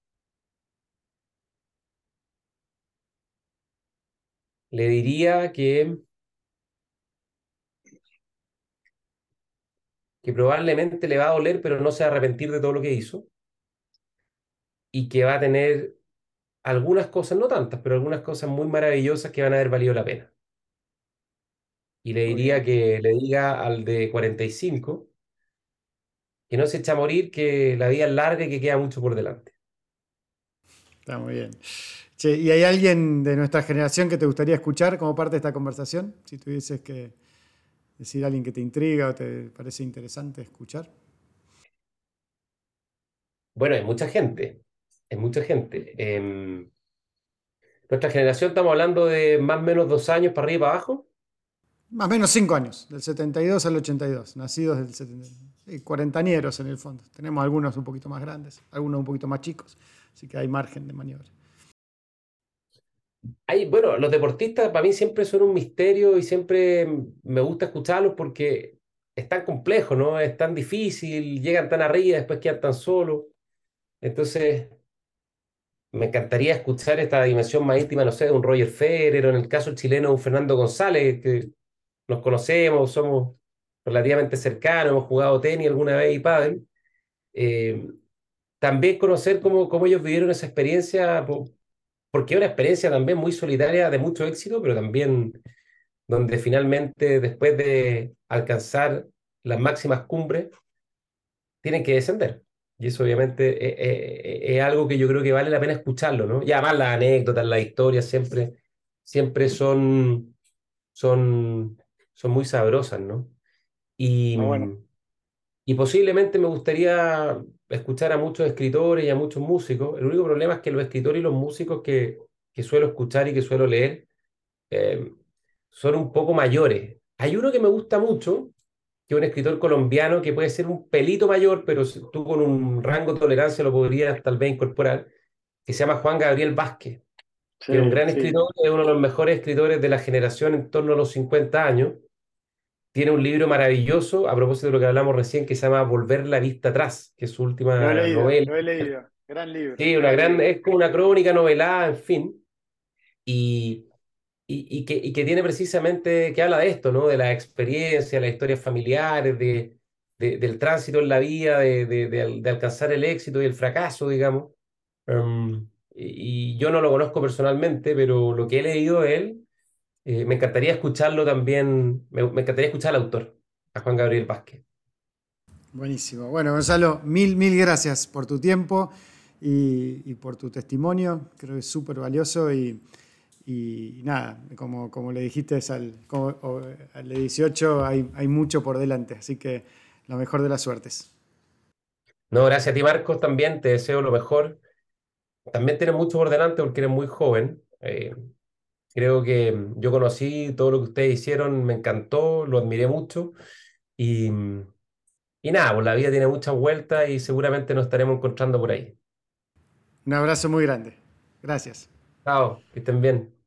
Le diría que probablemente le va a doler, pero no se va a arrepentir de todo lo que hizo y que va a tener algunas cosas, no tantas, pero algunas cosas muy maravillosas que van a haber valido la pena. Y le Muy diría bien, que le diga al de 45 que no se echa a morir, que la vida es larga y que queda mucho por delante. está muy bien. Che, ¿y hay alguien de nuestra generación que te gustaría escuchar como parte de esta conversación? Si tuvieses que decir a alguien que te intriga o te parece interesante escuchar. Bueno, hay mucha gente. Nuestra generación estamos hablando de más o menos 2 años para arriba y para abajo. Más o menos 5 años, del 72 al 82, nacidos del 72. Sí, cuarentañeros en el fondo. Tenemos algunos un poquito más grandes, algunos un poquito más chicos, así que hay margen de maniobra. Bueno, los deportistas para mí siempre son un misterio y siempre me gusta escucharlos porque es tan complejo, ¿no? Es tan difícil, llegan tan arriba, después quedan tan solos. Entonces, me encantaría escuchar esta dimensión más íntima, no sé, de un Roger Federer, o en el caso chileno, un Fernando González, que nos conocemos, somos relativamente cercanos, hemos jugado tenis alguna vez y pádel. Eh, También conocer cómo ellos vivieron esa experiencia, porque es una experiencia también muy solitaria, de mucho éxito, pero también donde finalmente, después de alcanzar las máximas cumbres, tienen que descender. Y eso obviamente es algo que yo creo que vale la pena escucharlo, ¿no? Y además las anécdotas, las historias siempre son, son muy sabrosas, ¿no? Y, Está bueno. y posiblemente me gustaría escuchar a muchos escritores y a muchos músicos. El único problema es que los escritores y los músicos que suelo escuchar y que suelo leer eh, son un poco mayores. Hay uno que me gusta mucho, que es un escritor colombiano que puede ser un pelito mayor, pero tú con un rango de tolerancia lo podrías tal vez incorporar, que se llama Juan Gabriel Vázquez, que es un Sí, gran sí. escritor, es uno de los mejores escritores de la generación en torno a los 50 años. Tiene un libro maravilloso, a propósito de lo que hablamos recién, que se llama Volver la vista atrás, que es su última novela. Lo he leído. Gran libro, Sí, gran libro. es como una crónica novelada, en fin. Y, y que tiene precisamente, que habla de esto, ¿no? De la experiencia, las historias familiares, del tránsito en la vida, de alcanzar el éxito y el fracaso, digamos. Y yo no lo conozco personalmente, pero lo que he leído de él, me encantaría escucharlo también, me encantaría escuchar al autor, a Juan Gabriel Vázquez. Buenísimo. Bueno, Gonzalo, mil gracias por tu tiempo y por tu testimonio. Creo que es súper valioso y nada, como le dijiste al de 18, hay mucho por delante, así que la mejor de las suertes. No, gracias a ti, Marcos, también te deseo lo mejor. También tienes mucho por delante porque eres muy joven. Creo que yo conocí todo lo que ustedes hicieron, me encantó, lo admiré mucho y, Y nada, pues la vida tiene muchas vueltas y seguramente nos estaremos encontrando por ahí. Un abrazo muy grande. Gracias. Chao, que estén bien.